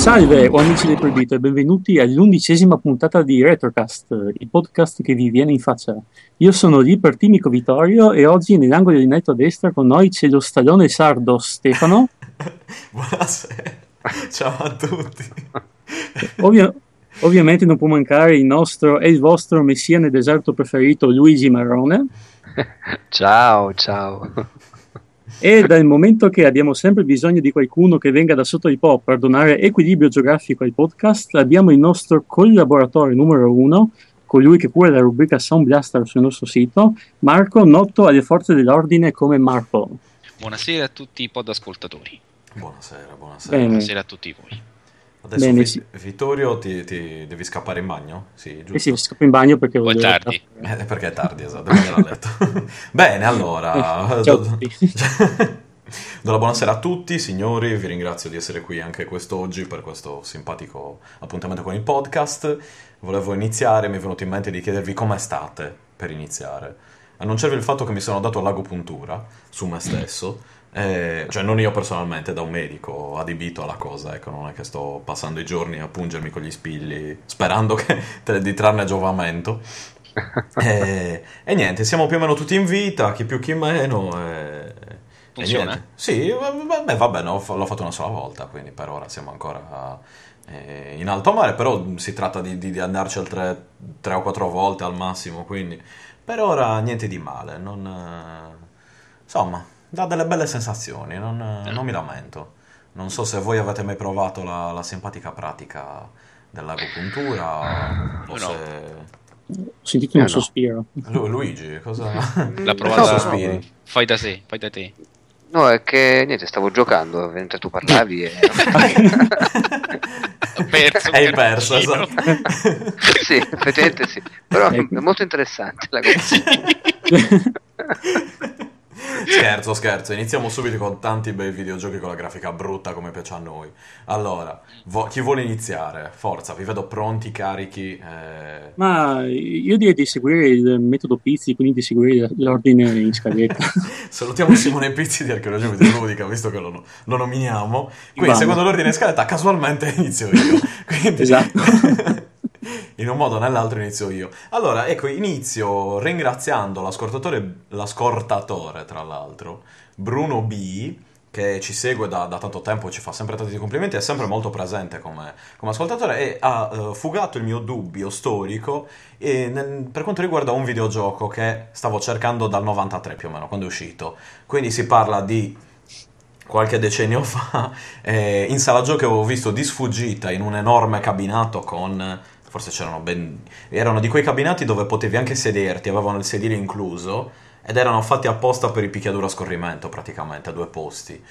Salve o amici del proibito e benvenuti all'11ª puntata di Retrocast, il podcast che vi viene in faccia. Io sono l'ipertimico Vittorio e oggi nell'angolo di netto a destra con noi c'è lo stallone sardo Stefano. Buonasera, ciao a tutti. Ovviamente non può mancare il nostro e il vostro messia nel deserto preferito Luigi Marrone. Ciao. E dal momento che abbiamo sempre bisogno di qualcuno che venga da sotto i po' per donare equilibrio geografico ai podcast, abbiamo il nostro collaboratore numero 1, colui che cura la rubrica Sound Blaster sul nostro sito, Marco, noto alle forze dell'ordine come Marco. Buonasera a tutti i podascoltatori. Buonasera. Buonasera a tutti voi. Adesso Bene, sì. Vittorio, ti devi scappare in bagno? Sì, giusto? Sì, scappo in bagno perché Poi è tardi. Perché è tardi, esatto, devo andare a letto. Bene, allora... Ciao a tutti. Do la buonasera a tutti, signori, vi ringrazio di essere qui anche quest'oggi per questo simpatico appuntamento con il podcast. Volevo iniziare, mi è venuto in mente di chiedervi come state per iniziare. Annunciarvi il fatto che mi sono dato l'agopuntura su me stesso. Cioè non io personalmente, da un medico adibito alla cosa, ecco, non è che sto passando i giorni a pungermi con gli spilli sperando di trarne giovamento. E niente, siamo più o meno tutti in vita, chi più chi meno. Funziona? E sì, vabbè, no, l'ho fatto una sola volta, quindi per ora siamo ancora in alto mare, però si tratta di andarci al 3 o 4 volte al massimo, quindi per ora niente di male, insomma, dà delle belle sensazioni, non mi lamento. Non so se voi avete mai provato la simpatica pratica dell'agopuntura o No. se... Ho sentito un no. sospiro. Luigi, cosa... La Cosa provata sospiri? fai da te. No, è che niente, stavo giocando mentre tu parlavi e... Ho perso. Hai perso, cartino. esatto. Sì, effettivamente sì. Però è molto interessante la cosa. Scherzo, iniziamo subito con tanti bei videogiochi con la grafica brutta come piace a noi. Allora, chi vuole iniziare? Forza, vi vedo pronti, carichi. Ma io direi di seguire il metodo Pizzi, quindi di seguire l'ordine in scaletta. Salutiamo Simone Pizzi di Archeologia Videoludica, visto che lo nominiamo. Quindi, Vamo. secondo l'ordine in scaletta, casualmente inizio io. Quindi, Esatto. in un modo o nell'altro inizio io. Allora, ecco, inizio ringraziando l'ascoltatore, tra l'altro, Bruno B, che ci segue da tanto tempo, ci fa sempre tanti complimenti, è sempre molto presente come ascoltatore e ha fugato il mio dubbio storico per quanto riguarda un videogioco che stavo cercando dal 93 più o meno, quando è uscito. Quindi si parla di qualche decennio fa, in sala giochi avevo visto di sfuggita in un enorme cabinato con... Forse erano di quei cabinati dove potevi anche sederti, avevano il sedile incluso ed erano fatti apposta per il picchiaduro a scorrimento praticamente, a 2 posti.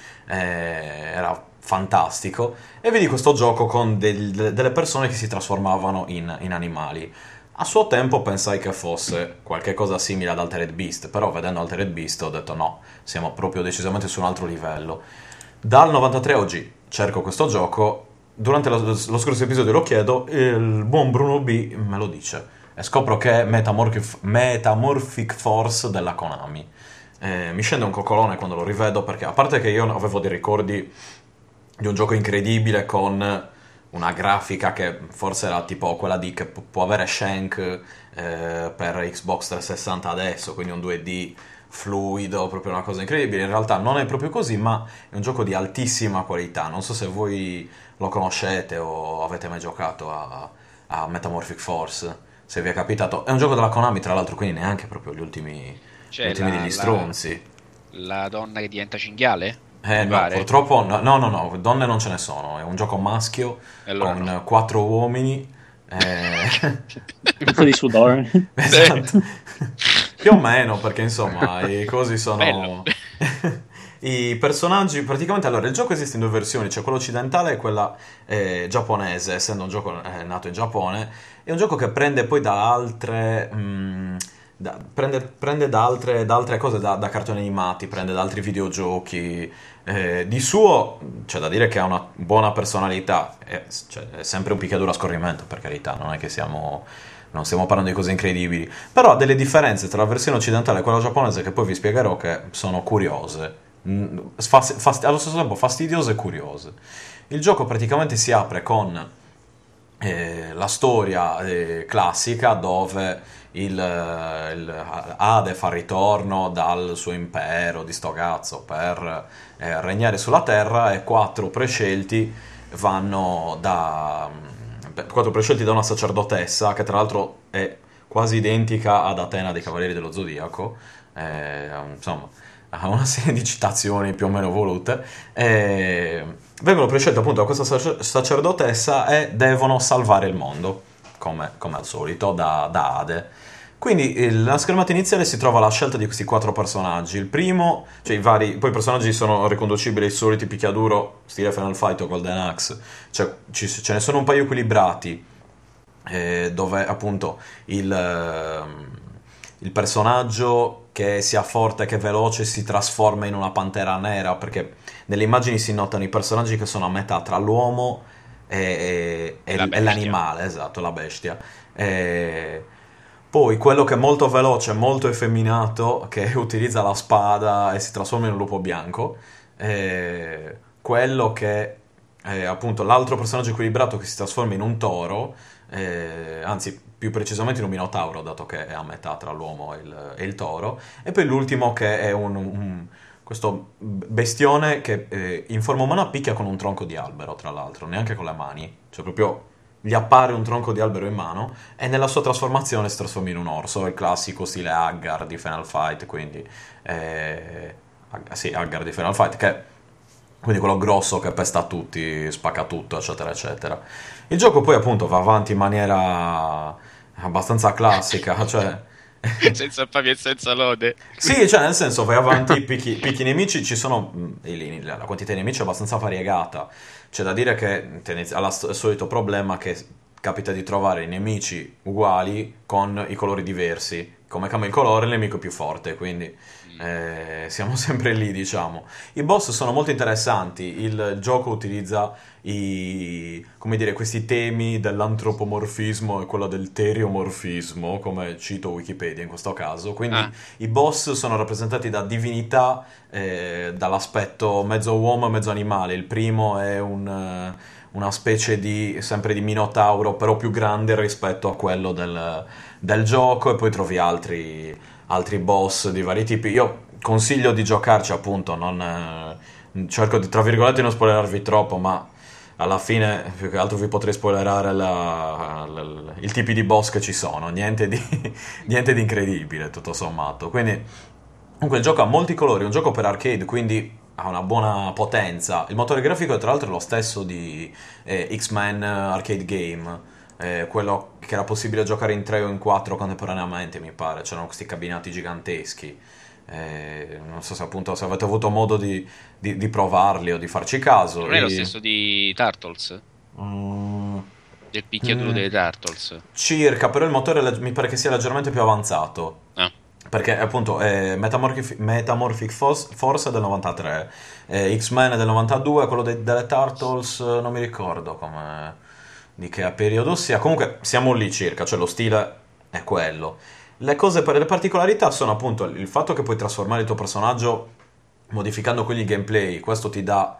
Era fantastico. E vedi questo gioco con delle persone che si trasformavano in animali. A suo tempo pensai che fosse qualche cosa simile ad Altered Beast, però vedendo Altered Beast ho detto no, siamo proprio decisamente su un altro livello. Dal 93 oggi cerco questo gioco. Durante lo scorso episodio lo chiedo, il buon Bruno B me lo dice e scopro che è Metamorphic Force della Konami. Mi scende un coccolone quando lo rivedo, perché a parte che io avevo dei ricordi di un gioco incredibile con una grafica che forse era tipo quella che può avere Shank per Xbox 360 adesso, quindi un 2D fluido, proprio una cosa incredibile. In realtà non è proprio così, ma è un gioco di altissima qualità. Non so se voi lo conoscete o avete mai giocato a Metamorphic Force, se vi è capitato. È un gioco della Konami, tra l'altro, quindi neanche proprio gli ultimi degli stronzi. La donna che diventa cinghiale? No, pare? purtroppo no, donne non ce ne sono. È un gioco maschio Allora con no. 4 uomini. Pezzo di sudore. Esatto. Più o meno, perché insomma i cosi sono... Bello. I personaggi, praticamente, allora, il gioco esiste in 2 versioni, c'è quella occidentale e quella giapponese, essendo un gioco nato in Giappone. È un gioco che prende poi da altre... prende da altre cose, da cartoni animati, prende da altri videogiochi. Di suo c'è da dire che ha una buona personalità, è sempre un picchiaduro a scorrimento, per carità, non è che non stiamo parlando di cose incredibili, però ha delle differenze tra la versione occidentale e quella giapponese che poi vi spiegherò, che sono curiose, allo stesso tempo fastidiose e curiose. Il gioco praticamente si apre con la storia classica dove il Ade fa ritorno dal suo impero di sto cazzo per regnare sulla terra, e quattro prescelti da una sacerdotessa che tra l'altro è quasi identica ad Atena dei Cavalieri dello Zodiaco. Insomma, ha una serie di citazioni più o meno volute. Vengono prescelti appunto da questa sacerdotessa e devono salvare il mondo, come al solito, da Ade. Quindi nella schermata iniziale si trova la scelta di questi quattro personaggi. Il primo, cioè poi i personaggi sono riconducibili ai soliti picchiaduro, stile Final Fight o Golden Axe. Cioè, ce ne sono un paio equilibrati, dove appunto il personaggio che sia forte, che è veloce, si trasforma in una pantera nera, perché nelle immagini si notano i personaggi che sono a metà tra l'uomo e l'animale, esatto, la bestia. Poi quello che è molto veloce, molto effeminato, che utilizza la spada e si trasforma in un lupo bianco. Quello che è appunto l'altro personaggio equilibrato che si trasforma in un toro, anzi più precisamente in un minotauro, dato che è a metà tra l'uomo e il toro. E poi l'ultimo che è questo bestione che in forma umana picchia con un tronco di albero, tra l'altro, neanche con le mani, cioè proprio gli appare un tronco di albero in mano e nella sua trasformazione si trasforma in un orso, il classico stile Haggar di Final Fight, quindi sì, Haggar di Final Fight, quindi quello grosso che pesta a tutti, spacca tutto, eccetera eccetera. Il gioco poi appunto va avanti in maniera abbastanza classica, cioè Senza pavi e senza lode. sì, cioè nel senso vai avanti, picchi i nemici, ci sono la quantità di nemici è abbastanza variegata. C'è da dire che ha il solito problema che capita di trovare i nemici uguali con i colori diversi. Come cambia il colore, il nemico è più forte, quindi siamo sempre lì, diciamo. I boss sono molto interessanti, il gioco utilizza come dire, questi temi dell'antropomorfismo e quello del teriomorfismo, come cito Wikipedia in questo caso. Quindi i boss sono rappresentati da divinità dall'aspetto mezzo uomo e mezzo animale. Il primo è una specie sempre di minotauro, però più grande rispetto a quello del gioco, e poi trovi altri boss di vari tipi. Io consiglio di giocarci, appunto, cerco di, tra virgolette, non spoilerarvi troppo, ma alla fine più che altro vi potrei spoilerare il tipi di boss che ci sono, niente di incredibile tutto sommato. Quindi comunque il gioco ha molti colori, è un gioco per arcade, quindi ha una buona potenza. Il motore grafico tra l'altro è lo stesso di X-Men Arcade Game, quello che era possibile giocare in 3 o in 4 contemporaneamente, mi pare. C'erano questi cabinati giganteschi. Non so se appunto se avete avuto modo di provarli o di farci caso. Non è lo stesso di Turtles? Del picchiaduro delle Turtles? Circa, però il motore mi pare che sia leggermente più avanzato. Perché appunto Metamorphic Force è del 93, X-Men è del 92, quello delle Turtles non mi ricordo di che periodo sia. Comunque siamo lì circa, cioè lo stile è quello. Le particolarità sono appunto il fatto che puoi trasformare il tuo personaggio modificando quegli gameplay. Questo ti dà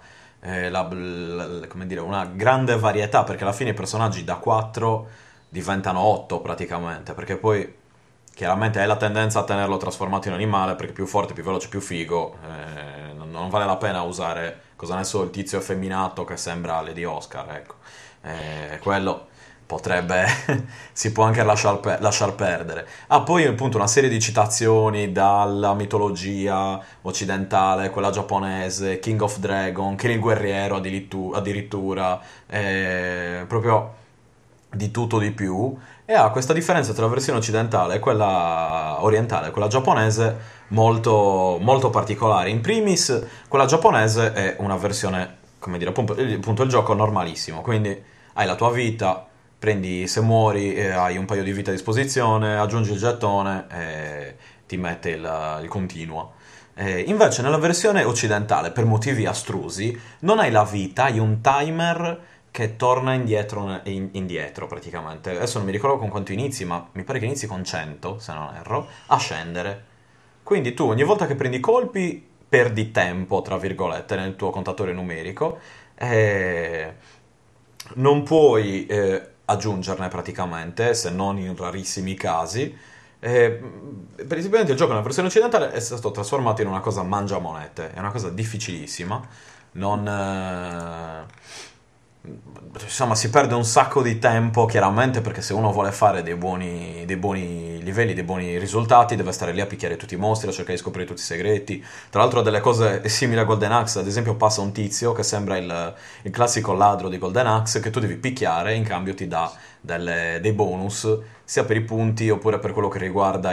come dire, una grande varietà, perché alla fine i personaggi da 4 diventano 8 praticamente, perché poi chiaramente hai la tendenza a tenerlo trasformato in animale perché più forte, più veloce, più figo. Non vale la pena usare, cosa ne so, il tizio effeminato che sembra Lady Oscar, ecco. Quello potrebbe si può anche lasciar perdere. Poi appunto una serie di citazioni dalla mitologia occidentale, quella giapponese, King of Dragon, Kill il guerriero addirittura, proprio di tutto di più. E ha questa differenza tra la versione occidentale e quella orientale, quella giapponese, molto, molto particolare. In primis, quella giapponese è una versione, come dire, appunto il gioco normalissimo, quindi hai la tua vita, se muori hai un paio di vite a disposizione, aggiungi il gettone e ti mette il continua. Invece nella versione occidentale, per motivi astrusi, non hai la vita, hai un timer che torna indietro praticamente. Adesso non mi ricordo con quanto inizi, ma mi pare che inizi con 100, se non erro, a scendere. Quindi tu ogni volta che prendi colpi perdi tempo, tra virgolette, nel tuo contatore numerico. Non puoi aggiungerne praticamente, se non in rarissimi casi. Principalmente il gioco nella versione occidentale è stato trasformato in una cosa mangiamonete, è una cosa difficilissima, non... insomma, si perde un sacco di tempo, chiaramente, perché se uno vuole fare dei buoni livelli, dei buoni risultati, deve stare lì a picchiare tutti i mostri, a cercare di scoprire tutti i segreti. Tra l'altro, delle cose simili a Golden Axe, ad esempio, passa un tizio che sembra il classico ladro di Golden Axe, che tu devi picchiare e in cambio ti dà dei bonus, sia per i punti oppure per quello che riguarda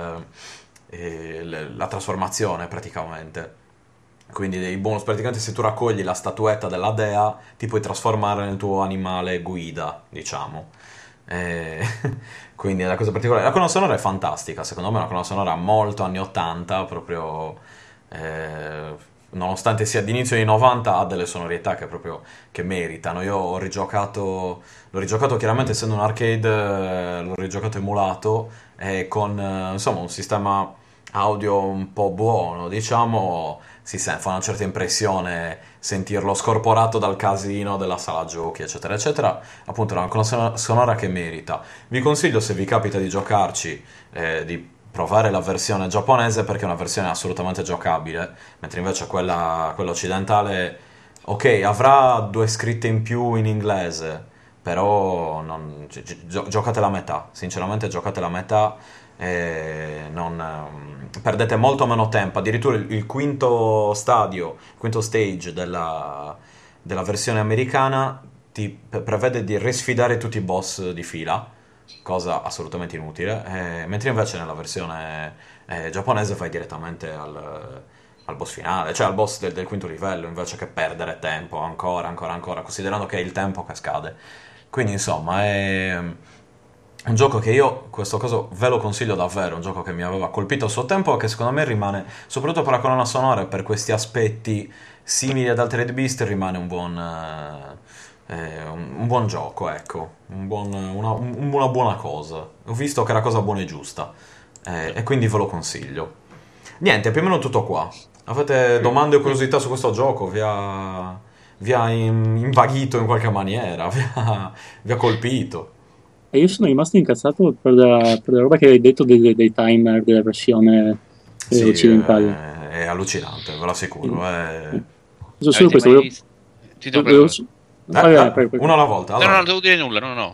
la trasformazione, praticamente. Quindi dei bonus, praticamente se tu raccogli la statuetta della dea ti puoi trasformare nel tuo animale guida, diciamo. Eh, quindi è una cosa particolare. La colonna sonora è fantastica, secondo me è una colonna sonora molto anni 80, proprio nonostante sia d'inizio dei 90 ha delle sonorità che meritano. Io l'ho rigiocato chiaramente essendo un arcade, l'ho rigiocato emulato e con insomma un sistema audio un po' buono, diciamo, fa una certa impressione sentirlo scorporato dal casino della sala giochi, eccetera, eccetera. Appunto, è una colonna sonora che merita. Vi consiglio, se vi capita di giocarci, di provare la versione giapponese, perché è una versione assolutamente giocabile, mentre invece quella occidentale, ok, avrà 2 scritte in più in inglese, però giocate la metà, sinceramente giocate la metà. Non perdete molto meno tempo. Addirittura il quinto stage della versione americana ti prevede di risfidare tutti i boss di fila, cosa assolutamente inutile, mentre invece nella versione giapponese vai direttamente al boss finale, cioè al boss del quinto livello, invece che perdere tempo ancora, considerando che è il tempo che scade. Quindi insomma è un gioco che io, questo caso, ve lo consiglio davvero, un gioco che mi aveva colpito a suo tempo e che secondo me rimane, soprattutto per la colonna sonora e per questi aspetti simili ad Altered Beast, rimane un buon gioco, ecco, una buona cosa. Ho visto che era cosa buona e giusta, e quindi ve lo consiglio. Niente, più o meno tutto qua. Avete domande o curiosità su questo gioco? Vi ha invaghito in qualche maniera? Vi ha colpito? E io sono rimasto incazzato per la roba che hai detto dei timer della versione Sì, occidentale. è allucinante, ve lo assicuro. Solo questo. Ti do prego. Uno alla volta. Allora. No, non devo dire nulla, no.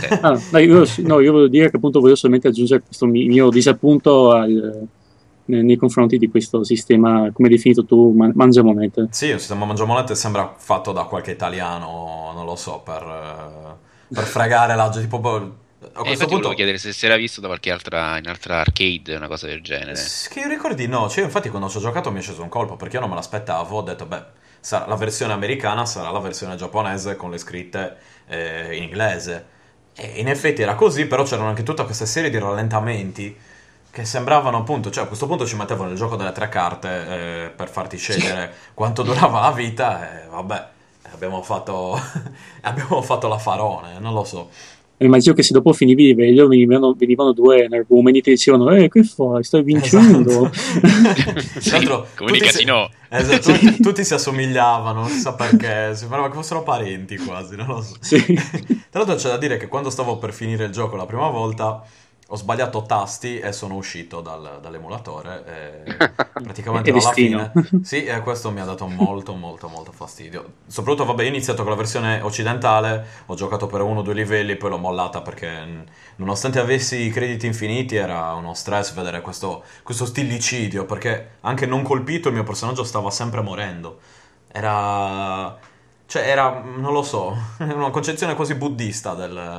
Io volevo dire che appunto volevo solamente aggiungere questo mio disappunto nei confronti di questo sistema, come hai definito tu, mangiamonete. Sì, un sistema mangiamonete sembra fatto da qualche italiano, non lo so, per fregare la gente. Tipo, a questo punto volevo chiedere se si era visto da qualche in altra arcade, una cosa del genere. Che io ricordi no, cioè infatti quando ci ho giocato mi è sceso un colpo, perché io non me l'aspettavo, ho detto la versione americana sarà la versione giapponese con le scritte in inglese. E in effetti era così, però c'erano anche tutta questa serie di rallentamenti che sembravano appunto, cioè a questo punto ci mettevano il gioco delle 3 carte per farti scegliere quanto durava la vita e vabbè, abbiamo fatto l'affarone, non lo so. Immagino che se dopo finivi il livello venivano 2 energumeni e ti dicevano che fai, stai vincendo. Esatto. Come nei casino. Tutti si assomigliavano, non si sa perché, sembrava che fossero parenti quasi, non lo so. Sì. Tra l'altro c'è da dire che quando stavo per finire il gioco la prima volta ho sbagliato tasti e sono uscito dall'emulatore praticamente alla fine. Sì, e questo mi ha dato molto fastidio. Soprattutto, vabbè, io ho iniziato con la versione occidentale, ho giocato per 1 o 2 livelli, poi l'ho mollata perché nonostante avessi i crediti infiniti era uno stress vedere questo stillicidio, perché anche non colpito il mio personaggio stava sempre morendo. Era, non lo so, una concezione quasi buddista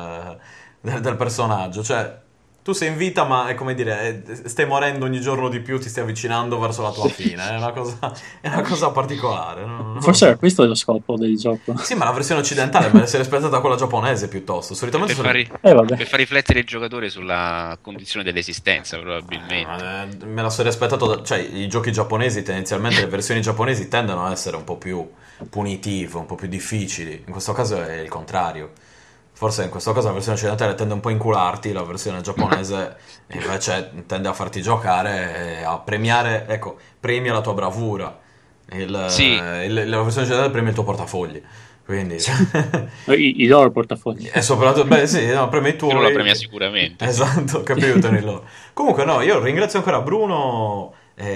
del personaggio, cioè tu sei in vita, ma è come dire, stai morendo ogni giorno di più, ti stai avvicinando verso la tua fine. È una cosa particolare. Forse era questo lo scopo del gioco. Sì, ma la versione occidentale me la sarei aspettata quella giapponese piuttosto. Solitamente per far riflettere il giocatore sulla condizione dell'esistenza, probabilmente. Me la sarei aspettato, cioè i giochi giapponesi tendenzialmente, le versioni giapponesi tendono ad essere un po' più punitive, un po' più difficili. In questo caso è il contrario. Forse in questo caso la versione occidentale tende un po' a incularti, la versione giapponese invece tende a farti giocare e a premiare, ecco, premia la tua bravura. Sì. La versione occidentale premia il tuo portafogli. Quindi I loro portafogli. e soprattutto, sì, no, premia i tuoi. Quello la premia sicuramente. Esatto, che aiutano loro. Comunque no, io ringrazio ancora Bruno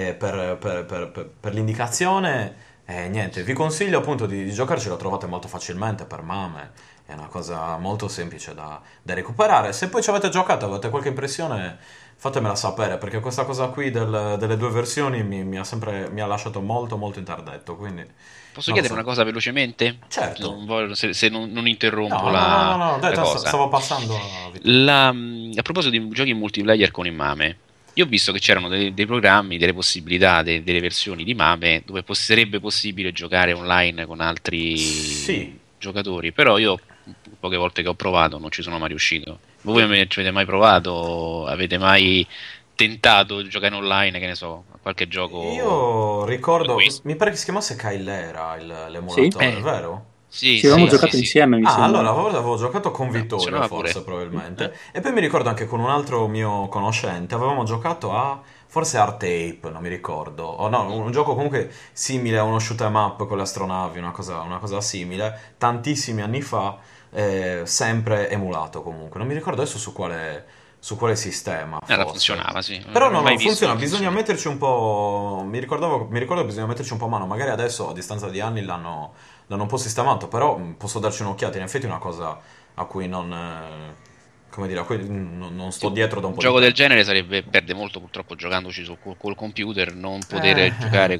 per l'indicazione. Niente, vi consiglio appunto di giocarci, lo trovate molto facilmente per mame. È una cosa molto semplice da recuperare. Se poi ci avete giocato, avete qualche impressione, fatemela sapere, perché questa cosa qui delle due versioni mi ha lasciato molto molto interdetto. Quindi Posso chiedere una cosa velocemente? Certo. Se non interrompo No, dai, la cosa. stavo passando a A proposito di giochi in multiplayer con il MAME, io ho visto che c'erano dei programmi, delle possibilità, delle versioni di MAME dove sarebbe possibile giocare online con altri giocatori, però io poche volte che ho provato non ci sono mai riuscito. Voi ci avete mai provato? Avete mai tentato di giocare online, che ne so, a qualche gioco? Io ricordo, mi pare che si chiamasse Kailera l'emulatore, vero? Sì, avevamo giocato insieme. Allora avevo giocato con Vittorio, forse probabilmente. E poi mi ricordo anche con un altro mio conoscente, avevamo giocato a forse R-Tape, non mi ricordo. O no, un gioco comunque simile a uno shoot 'em up con le astronavi, una cosa simile, tantissimi anni fa, sempre emulato comunque. Non mi ricordo adesso su quale sistema. Funzionava, sì. Però non funziona, bisogna metterci un po'. Mi ricordo che bisogna metterci un po' a mano. Magari adesso, a distanza di anni, l'hanno un po' sistemato. Però posso darci un'occhiata. In effetti è una cosa a cui non. Come dire, a cui non sto dietro da un po' Un gioco di del genere perde molto purtroppo giocandoci col computer, non poter giocare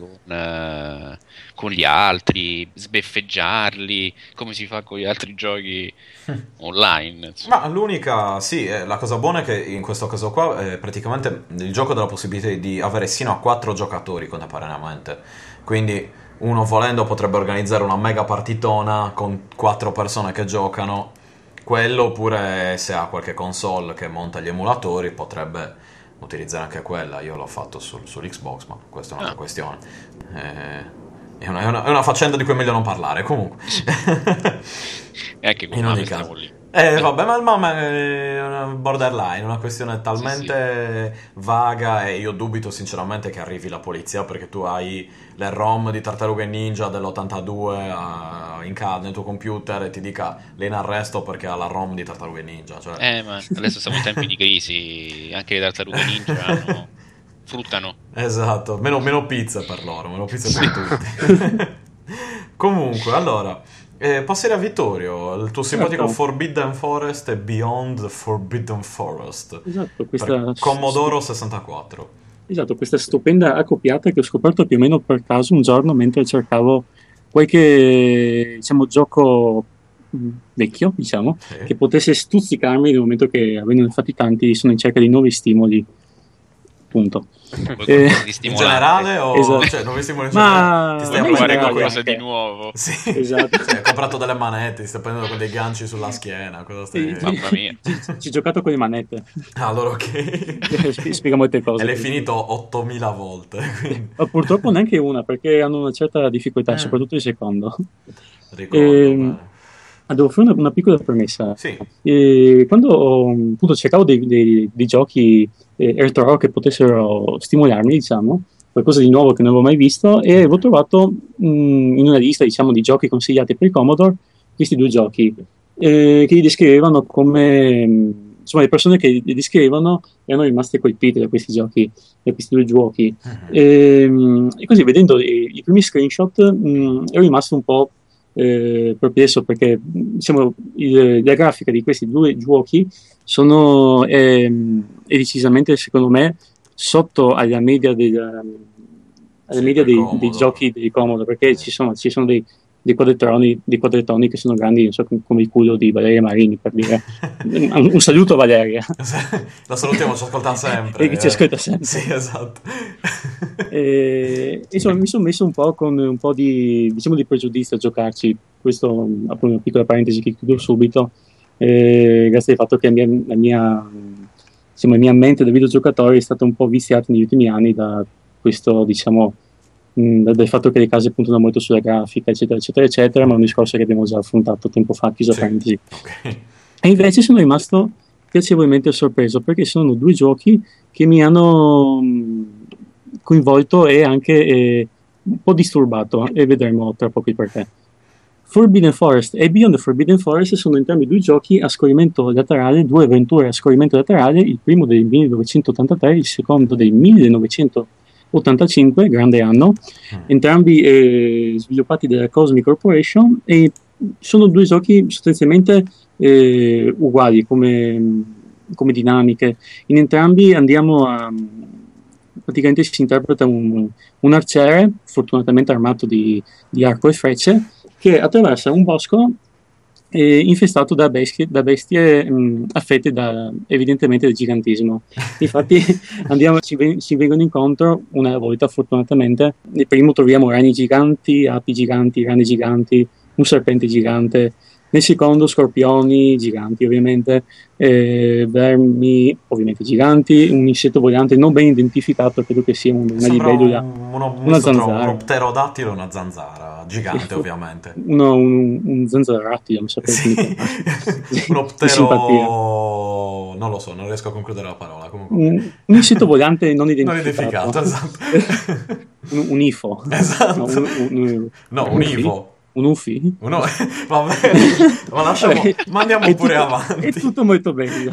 con gli altri, sbeffeggiarli, come si fa con gli altri giochi online. Insomma. Ma l'unica, sì, la cosa buona è che in questo caso qua praticamente il gioco dà la possibilità di avere sino a 4 giocatori contemporaneamente. Quindi uno volendo potrebbe organizzare una mega partitona con 4 persone che giocano. Quello, oppure se ha qualche console che monta gli emulatori potrebbe utilizzare anche quella. Io l'ho fatto sull'Xbox, ma questa è un'altra questione. È una faccenda di cui è meglio non parlare. Comunque E anche con in ogni caso lì. Vabbè, ma il MAME è una borderline, una questione talmente vaga, e io dubito sinceramente che arrivi la polizia, perché tu hai le ROM di Tartarughe Ninja dell'82 nel tuo computer e ti dica lei in arresto perché ha la ROM di Tartarughe Ninja. Cioè. Ma adesso siamo in tempi di crisi, anche le Tartarughe Ninja fruttano. Esatto, meno pizza per loro, meno pizza per tutti. Comunque, allora, passerei a Vittorio, il tuo simpatico Forbidden Forest e Beyond the Forbidden Forest. Esatto, per Commodore 64. Esatto, questa stupenda accoppiata che ho scoperto più o meno per caso un giorno mentre cercavo qualche, gioco vecchio, che potesse stuzzicarmi nel momento che, avendo fatti tanti, sono in cerca di nuovi stimoli. Punto. In generale o esatto. Cioè, nuovi stimoli ma ti stai provare qualcosa di nuovo? Sì. Esatto. Hai comprato delle manette, ti stai prendendo con dei ganci sulla schiena, cosa stai... Mamma mia. Ci ho giocato con le manette. Allora ok. Spiega molte cose. E l'hai finito 8000 volte. Ma purtroppo neanche una, perché hanno una certa difficoltà, soprattutto il secondo. Ricordo. Devo fare una piccola premessa. Sì. Quando appunto cercavo dei giochi retro che potessero stimolarmi, qualcosa di nuovo che non avevo mai visto, e avevo trovato in una lista, di giochi consigliati per il Commodore, questi 2 giochi che li descrivevano come, le persone che li descrivevano erano rimaste colpite da questi giochi, da questi 2 giochi. E così, vedendo i primi screenshot, ero rimasto un po' perplesso, perché la grafica di questi 2 giochi è decisamente, secondo me, sotto alla media dei giochi di Commodore, perché ci sono dei quadrettoni che sono grandi, non so, come il culo di Valeria Marini, per dire. Un saluto a Valeria. La salutiamo, ci ascolta sempre. E ci ascolta sempre. Sì, esatto. Insomma, mi sono messo un po' con un po' di pregiudizio a giocarci. Questo, appunto, una piccola parentesi che chiudo subito, grazie al fatto che la mia mente da videogiocatore è stata un po' viziata negli ultimi anni da questo, dal fatto che le case puntano molto sulla grafica, eccetera, eccetera, eccetera, ma è un discorso che abbiamo già affrontato tempo fa, chiuso parentesi. Okay. E invece sono rimasto piacevolmente sorpreso, perché sono 2 giochi che mi hanno coinvolto e anche un po' disturbato, e vedremo tra poco il perché. Forbidden Forest e Beyond the Forbidden Forest sono entrambi 2 giochi a scorrimento laterale, 2 avventure a scorrimento laterale, il primo del 1983, il secondo del 1985, grande anno, entrambi sviluppati dalla Cosmic Corporation, e sono 2 giochi sostanzialmente uguali come dinamiche. In entrambi andiamo a... praticamente si interpreta un arciere, fortunatamente armato di arco e frecce, che attraversa un bosco infestato da bestie affette evidentemente da gigantismo. Infatti ci vengono incontro una volta, fortunatamente. Nel primo troviamo ragni giganti, api giganti, rane giganti, un serpente gigante. Nel secondo scorpioni giganti, ovviamente, vermi ovviamente giganti, un insetto volante non ben identificato, credo che sia una libellula, una zanzara. Un pterodattilo e una zanzara, gigante ovviamente. Un zanzarattilo, non so perché. Uno ptero... non lo so, non riesco a concludere la parola. Comunque. Un insetto volante non identificato. Esatto. un ifo. Esatto. Un ivo. Un UFI? Vabbè, ma lasciamo, ma andiamo pure avanti. È tutto molto bello.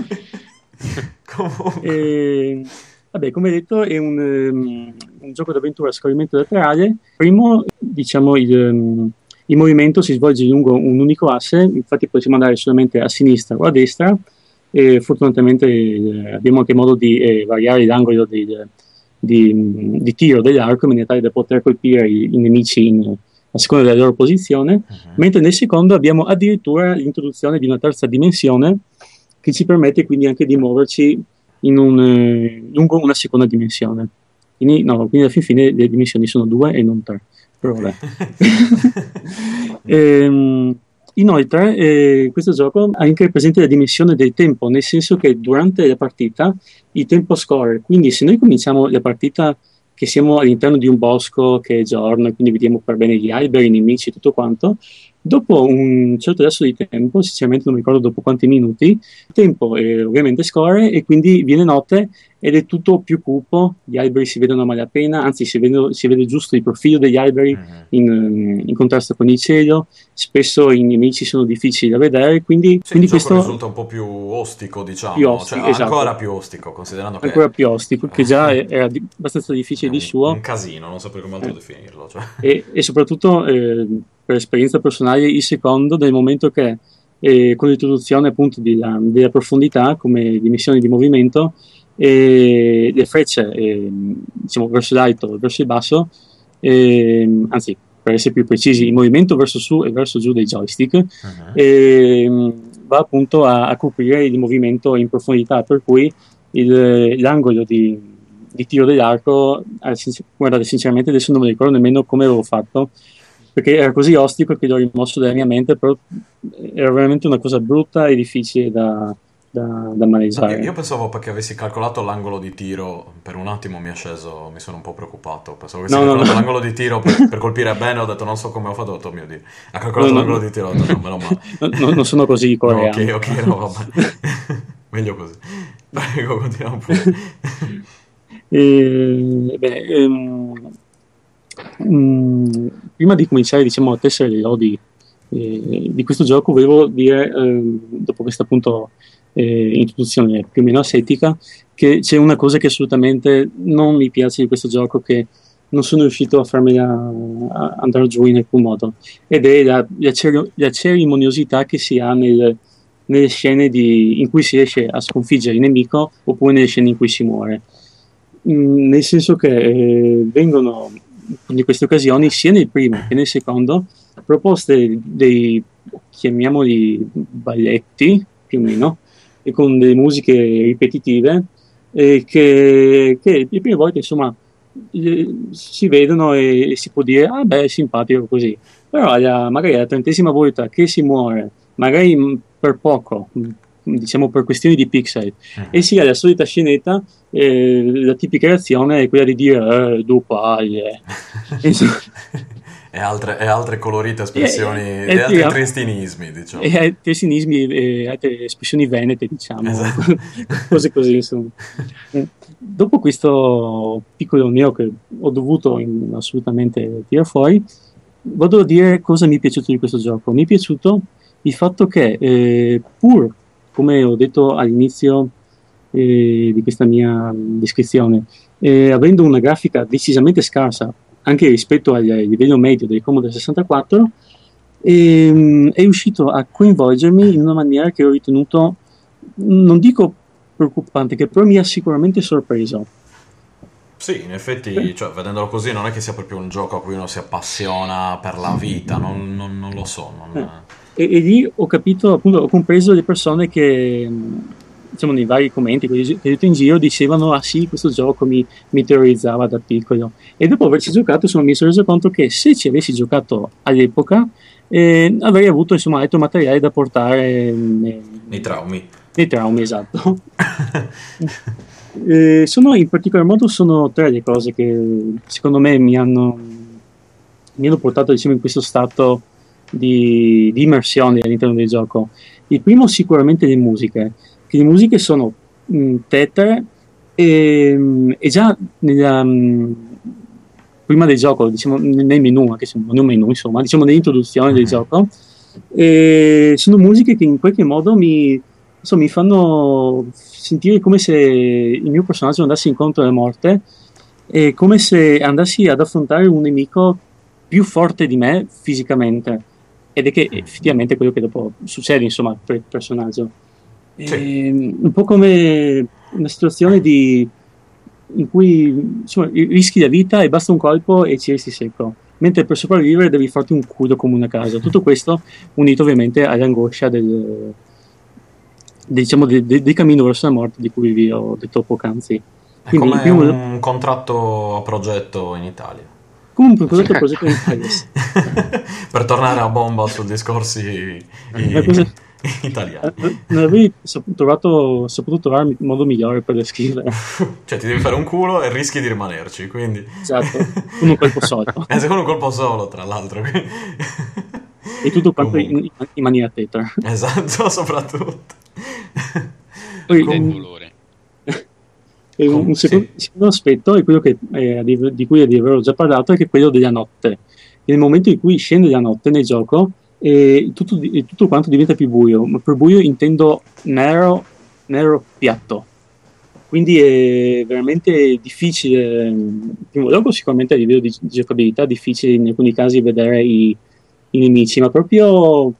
Vabbè, come detto, è un gioco d'avventura a scorrimento laterale. Primo, diciamo, il movimento si svolge lungo un unico asse, infatti possiamo andare solamente a sinistra o a destra, e fortunatamente abbiamo anche modo di variare l'angolo di tiro dell'arco, in maniera tale da poter colpire i nemici a seconda della loro posizione, mentre nel secondo abbiamo addirittura l'introduzione di una terza dimensione che ci permette quindi anche di muoverci lungo una seconda dimensione. Quindi alla fine le dimensioni sono 2 e non 3. Però vabbè. Inoltre questo gioco ha anche presente la dimensione del tempo, nel senso che durante la partita il tempo scorre, quindi se noi cominciamo la partita che siamo all'interno di un bosco che è giorno e quindi vediamo per bene gli alberi, i nemici e tutto quanto, dopo un certo lasso di tempo, sinceramente non mi ricordo dopo quanti minuti, il tempo ovviamente scorre e quindi viene notte ed è tutto più cupo, gli alberi si vedono a malapena, anzi si vede giusto il profilo degli alberi in contrasto con il cielo, spesso i nemici sono difficili da vedere, quindi questo risulta un po' più ostico, diciamo, esatto. Ancora più ostico, considerando che ancora più ostico, che già era abbastanza difficile di suo. Un casino, non saprei come altro definirlo. Cioè. E soprattutto per esperienza personale il secondo, nel momento che con l'introduzione appunto della profondità come dimensione di movimento, le frecce diciamo verso l'alto e verso il basso, anzi per essere più precisi il movimento verso su e verso giù dei joystick va appunto a coprire il movimento in profondità, per cui l'angolo di tiro dell'arco, guardate, sinceramente adesso non mi ricordo nemmeno come avevo fatto, perché era così ostico che l'ho rimosso dalla mia mente, però era veramente una cosa brutta e difficile da maneggiare. Io pensavo perché avessi calcolato l'angolo di tiro, per un attimo mi sono un po' preoccupato, pensavo che avessi calcolato l'angolo di tiro per colpire bene, ho detto non so come ho fatto, ho detto mio Dio, ha calcolato l'angolo di tiro, ho detto meno male. Non sono così coreano. Ok, no, vabbè. Meglio così. Prego, continuiamo pure. Prima di cominciare, diciamo, a tessere le lodi di questo gioco, volevo dire, dopo questa appunto introduzione più o meno asettica, che c'è una cosa che assolutamente non mi piace di questo gioco, che non sono riuscito a farmela andare giù in alcun modo, ed è la cerimoniosità che si ha nelle scene in cui si riesce a sconfiggere il nemico, oppure nelle scene in cui si muore. Nel senso che vengono in queste occasioni, sia nel primo che nel secondo, proposte dei, chiamiamoli, balletti più o meno, e con delle musiche ripetitive che le prime volte insomma si vedono e si può dire è simpatico così, però magari la 30ª volta che si muore, magari per poco, diciamo per questioni di pixel, e si ha la solita scenetta, la tipica reazione è quella di dire due paglie. e altre colorite espressioni e altri tristinismi, diciamo. E tristinismi e altre espressioni venete, diciamo. Esatto. Cose così, insomma. Dopo questo piccolo neo che ho dovuto assolutamente tirare fuori, vado a dire cosa mi è piaciuto di questo gioco. Mi è piaciuto il fatto che, pur come ho detto all'inizio di questa mia descrizione, avendo una grafica decisamente scarsa anche rispetto al livello medio del Commodore 64, è riuscito a coinvolgermi in una maniera che ho ritenuto, non dico preoccupante, che però mi ha sicuramente sorpreso. Sì, in effetti, cioè, vedendolo così, non è che sia proprio un gioco a cui uno si appassiona per la vita, non lo so. E lì ho capito, appunto, ho compreso le persone che, diciamo, nei vari commenti che ho detto in giro, dicevano: ah sì, questo gioco mi terrorizzava da piccolo. E dopo averci giocato mi sono reso conto che se ci avessi giocato all'epoca avrei avuto, insomma, altro materiale da portare nei traumi. Nei traumi, esatto. In particolar modo sono tre le cose che secondo me mi hanno portato, diciamo, in questo stato di immersione all'interno del gioco. Il primo sicuramente le musiche, che le musiche sono tetre e già prima del gioco, diciamo, nel menu, anche se non è un menu, insomma, diciamo nell'introduzione del gioco, sono musiche che in qualche modo mi fanno sentire come se il mio personaggio andasse incontro alla morte, e come se andassi ad affrontare un nemico più forte di me fisicamente, ed è che effettivamente quello che dopo succede, insomma, per il personaggio. Sì. Un po' come una situazione in cui, insomma, rischi la vita e basta un colpo e ci resti secco, mentre per sopravvivere devi farti un culo come una casa. Tutto questo unito ovviamente all'angoscia del cammino verso la morte di cui vi ho detto poc'anzi. È come un contratto a progetto in Italia. Comunque, cos'è progetto in Italia? Per tornare a bomba su discorsi italiani. Non avevi saputo trovare il modo migliore per descrivere. Cioè, ti devi fare un culo e rischi di rimanerci, quindi... Esatto, con un colpo solo. Con un colpo solo, tra l'altro. E tutto quanto in maniera tetra. Esatto, soprattutto. Dolore. Un secondo aspetto è quello di cui avevo già parlato, è che quello della notte. Nel momento in cui scende la notte nel gioco, tutto quanto diventa più buio, ma per buio intendo nero piatto. Quindi è veramente difficile, in primo luogo sicuramente a livello di giocabilità, difficile in alcuni casi vedere i nemici, ma proprio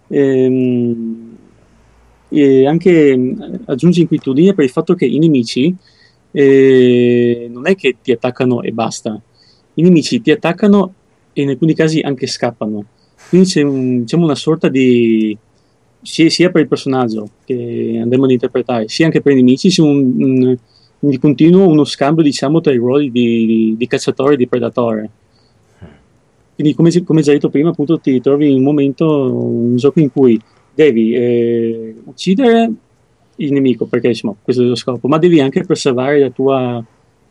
anche aggiunge inquietudine per il fatto che i nemici non è che ti attaccano e basta, i nemici ti attaccano e in alcuni casi anche scappano, quindi c'è diciamo una sorta di sia per il personaggio che andremo ad interpretare, sia anche per i nemici, c'è di continuo uno scambio, diciamo, tra i ruoli di cacciatore e di predatore. Quindi come già detto prima, appunto, ti trovi in un gioco in cui devi uccidere il nemico, perché insomma questo è lo scopo, ma devi anche preservare la tua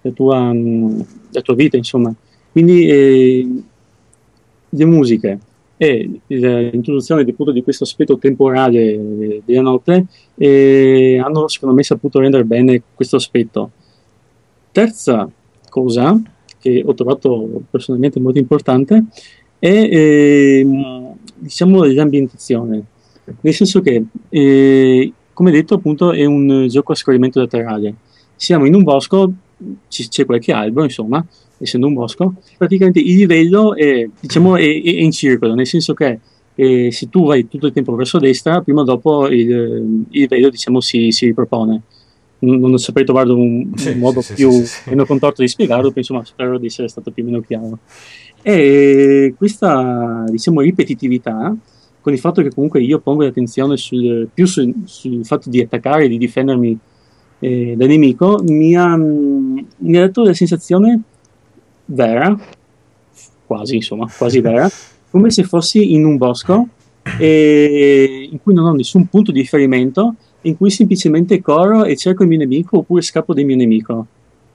vita, insomma. Quindi le musiche e l'introduzione appunto di questo aspetto temporale della notte hanno secondo me saputo rendere bene questo aspetto. Terza cosa che ho trovato personalmente molto importante è diciamo l'ambientazione, nel senso che come detto appunto è un gioco a scorrimento laterale, siamo in un bosco, c'è qualche albero, insomma, essendo un bosco, praticamente il livello è in circolo, nel senso che se tu vai tutto il tempo verso destra, prima o dopo il livello, diciamo, si ripropone. Non saprei trovare un modo più meno contorto di spiegarlo, insomma spero di essere stato più o meno chiaro. E questa, diciamo, ripetitività, con il fatto che comunque io pongo l'attenzione più sul fatto di attaccare e di difendermi dal nemico, mi ha dato la sensazione vera, quasi vera, come se fossi in un bosco in cui non ho nessun punto di riferimento, in cui semplicemente corro e cerco il mio nemico oppure scappo del mio nemico.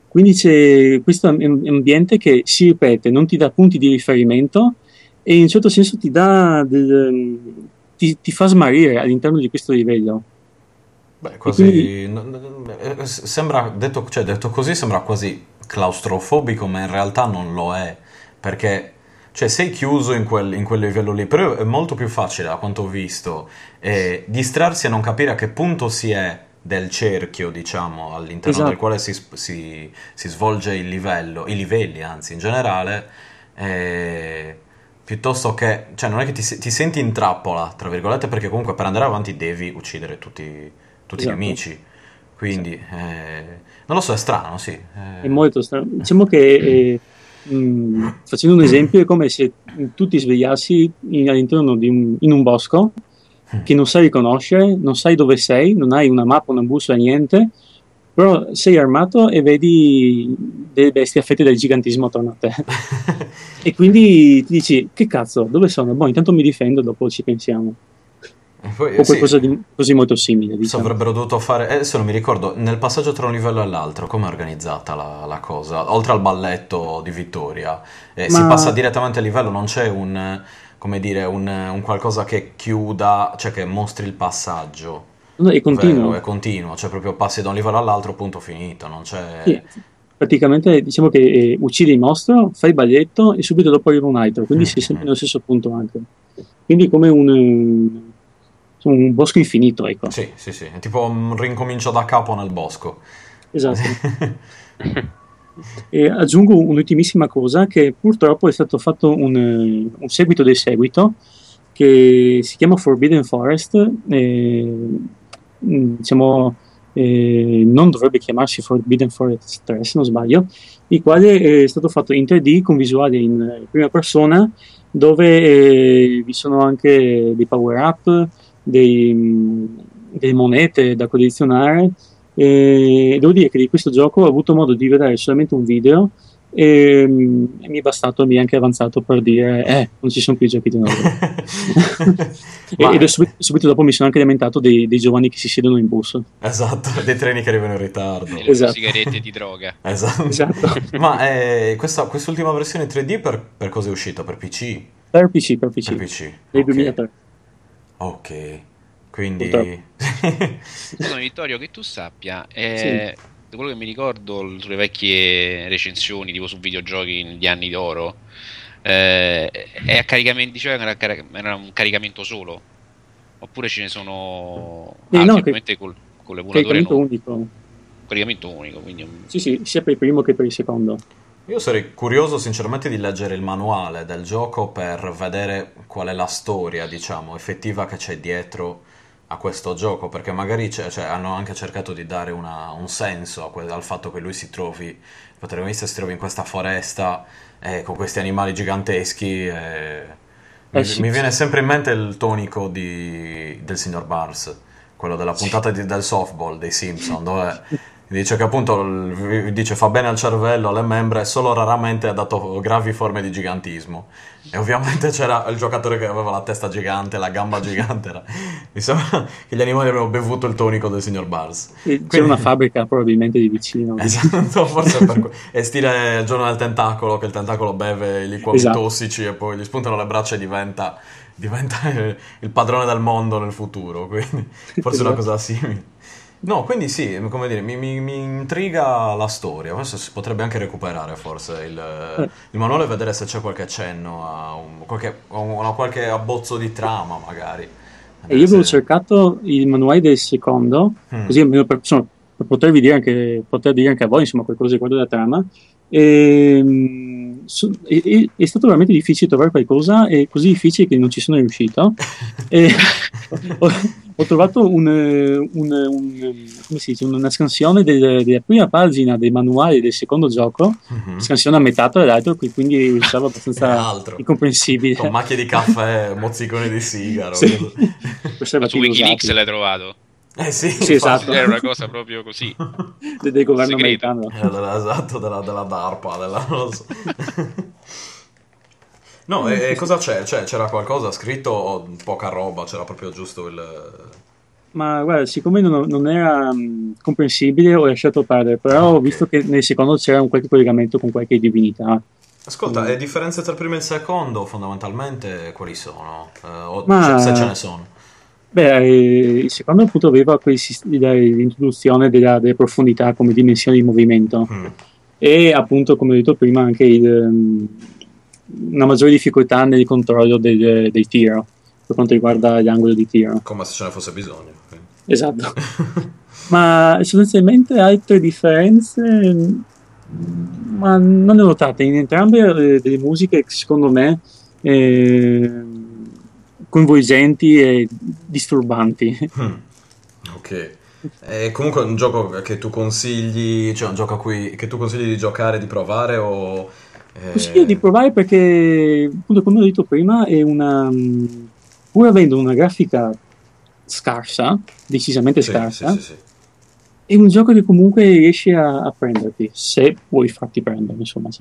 Quindi c'è questo ambiente che si ripete, non ti dà punti di riferimento e in un certo senso ti dà ti fa smarrire all'interno di questo livello. Beh, quasi sembra detto così sembra quasi claustrofobico, ma in realtà non lo è, perché cioè sei chiuso in quel livello lì, però è molto più facile, da quanto ho visto, distrarsi e non capire a che punto si è del cerchio, diciamo, all'interno del quale si svolge i livelli, anzi, in generale, piuttosto che, cioè non è che ti senti in trappola, tra virgolette, perché comunque per andare avanti devi uccidere tutti i nemici, quindi non lo so, è strano, sì. È molto strano. Diciamo che facendo un esempio è come se tu ti svegliassi all'interno in un bosco che non sai riconoscere, non sai dove sei, non hai una mappa, una bussola, niente, però sei armato e vedi delle bestie affette dal gigantismo attorno a te. E quindi ti dici, che cazzo, dove sono? Boh, intanto mi difendo, dopo ci pensiamo. Poi, o qualcosa di così molto simile, diciamo. Avrebbero dovuto fare, adesso non mi ricordo, nel passaggio tra un livello e l'altro, come è organizzata la cosa? Oltre al balletto di vittoria, si passa direttamente al livello, non c'è come dire, un qualcosa che chiuda, cioè che mostri il passaggio. No, è continuo. È continuo, cioè proprio passi da un livello all'altro, punto finito, non c'è... Sì, praticamente diciamo che uccidi il mostro, fai il balletto e subito dopo arriva un altro, quindi sei sempre nello stesso punto anche. Quindi come un bosco infinito, ecco. Sì, è tipo un rincomincio da capo nel bosco. Esatto. E aggiungo un'ultimissima cosa, che purtroppo è stato fatto un seguito del seguito, che si chiama Forbidden Forest, diciamo, non dovrebbe chiamarsi Forbidden Forest 3 se non sbaglio, il quale è stato fatto in 3D con visuale in prima persona, dove vi sono anche dei power up, delle monete da collezionare, e devo dire che di questo gioco ho avuto modo di vedere solamente un video e mi è bastato, mi è anche avanzato per dire non ci sono più giochi di nuovo. Ed subito dopo mi sono anche lamentato dei giovani che si siedono in bus, esatto, dei treni che arrivano in ritardo, e le sigarette di droga, esatto. Ma quest'ultima versione 3D per cosa è uscita? Per PC? Per PC nel 2003. Ok, quindi Scusami Vittorio, che tu sappia, da quello che mi ricordo sulle vecchie recensioni tipo su videogiochi negli anni d'oro, è a caricamento, diceva che era un caricamento solo, oppure ce ne sono altri, ovviamente con l'emulatore caricamento unico, quindi sì, sia per il primo che per il secondo. Io sarei curioso sinceramente di leggere il manuale del gioco per vedere qual è la storia, diciamo, effettiva che c'è dietro a questo gioco, perché magari hanno anche cercato di dare un senso al fatto che lui il protagonista si trovi in questa foresta con questi animali giganteschi. Mi viene sempre in mente il tonico del signor Barnes, quello della puntata del softball dei Simpson, dove dice che appunto fa bene al cervello, alle membra, e solo raramente ha dato gravi forme di gigantismo. E ovviamente c'era il giocatore che aveva la testa gigante, la gamba gigante. Mi sembra che gli animali avevano bevuto il tonico del signor Barnes. C'era una fabbrica probabilmente di vicino. Esatto, forse per è stile il giorno del tentacolo, che il tentacolo beve i liquidi tossici e poi gli spuntano le braccia e diventa il padrone del mondo nel futuro. Quindi forse una cosa simile. No, quindi sì, come dire, mi intriga la storia. Adesso si potrebbe anche recuperare forse il manuale e vedere se c'è qualche accenno a qualche abbozzo di trama, magari. E io avevo cercato il manuale del secondo, così almeno per poter dire anche a voi, insomma, qualcosa riguardo la trama. È stato veramente difficile trovare qualcosa, è così difficile che non ci sono riuscito. Ho trovato come si dice, una scansione della prima pagina del manuale del secondo gioco, scansione a metà tra l'altro, quindi risultava abbastanza incomprensibile. Con macchie di caffè, mozziconi di sigaro. Su Wikileaks l'hai trovato? Sì, esatto. Era una cosa proprio così del governo americano. Esatto, della DARPA, non so. No, e cosa c'è? C'era qualcosa scritto o poca roba? C'era proprio giusto Ma guarda, siccome non era comprensibile, ho lasciato perdere, però ho visto che nel secondo c'era un qualche collegamento con qualche divinità. Ascolta, le differenze tra il primo e il secondo fondamentalmente quali sono? Se ce ne sono. Beh, il secondo appunto aveva l'introduzione delle profondità come dimensione di movimento e appunto, come ho detto prima, anche una maggiore difficoltà nel controllo del tiro per quanto riguarda l'angolo di tiro. Come se ce ne fosse bisogno. Esatto. Ma sostanzialmente altre differenze ma non le ho notate in entrambe delle musiche che secondo me coinvolgenti e disturbanti. Ok. Comunque è un gioco che tu consigli, cioè un gioco che tu consigli di giocare, di provare o... Consiglio di provare perché, appunto, come ho detto prima, è pur avendo una grafica scarsa, decisamente scarsa, sì. è un gioco che comunque riesce a prenderti, se vuoi farti prendere, insomma.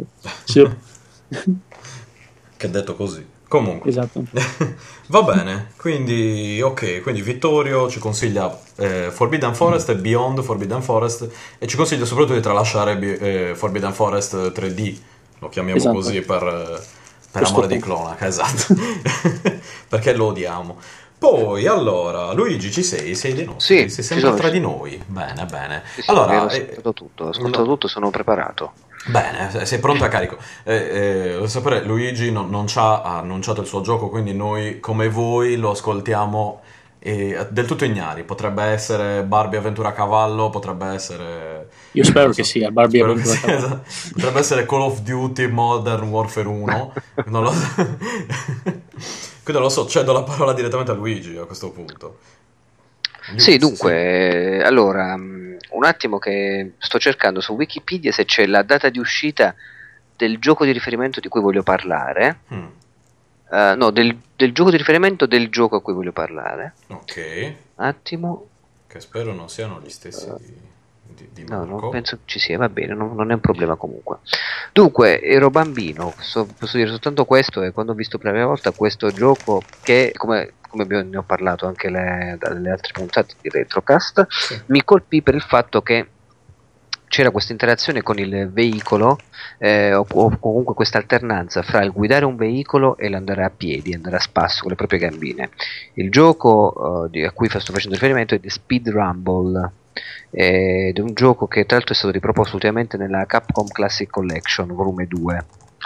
Che detto così. Comunque. Esatto. Va bene, quindi Vittorio ci consiglia Forbidden Forest e Beyond Forbidden Forest e ci consiglia soprattutto di tralasciare Forbidden Forest 3D, lo chiamiamo così per amore di cronaca, esatto. Perché lo odiamo. Poi, allora, Luigi, ci sei? Sei di noi? Sì, sei sempre tra di noi. Bene. Sì, allora, ho ascoltato tutto, sono preparato. Bene, sei pronto a carico. Lo sapere, Luigi non ci ha annunciato il suo gioco, quindi noi, come voi, lo ascoltiamo del tutto ignari. Potrebbe essere Barbie Avventura a cavallo, potrebbe essere... Io spero che sia Barbie Avventura a cavallo. Esatto. Potrebbe essere Call of Duty Modern Warfare 1. Non lo so. Quindi non lo so, cedo la parola direttamente a Luigi a questo punto. Sì, dunque, allora, un attimo che sto cercando su Wikipedia se c'è la data di uscita del gioco di riferimento di cui voglio parlare. No, del gioco di riferimento del gioco a cui voglio parlare. Ok. Un attimo. Che spero non siano gli stessi di No, Marco. non penso che ci sia, va bene, non è un problema comunque. Dunque, ero bambino, posso dire soltanto questo, e quando ho visto per la prima volta questo gioco che, come ne ho parlato anche dalle altre puntate di Retrocast, sì, mi colpì per il fatto che c'era questa interazione con il veicolo o comunque questa alternanza fra il guidare un veicolo e l'andare a piedi, andare a spasso con le proprie gambine. Il gioco a cui sto facendo riferimento è The Speed Rumble, ed è un gioco che tra l'altro è stato riproposto ultimamente nella Capcom Classic Collection volume 2.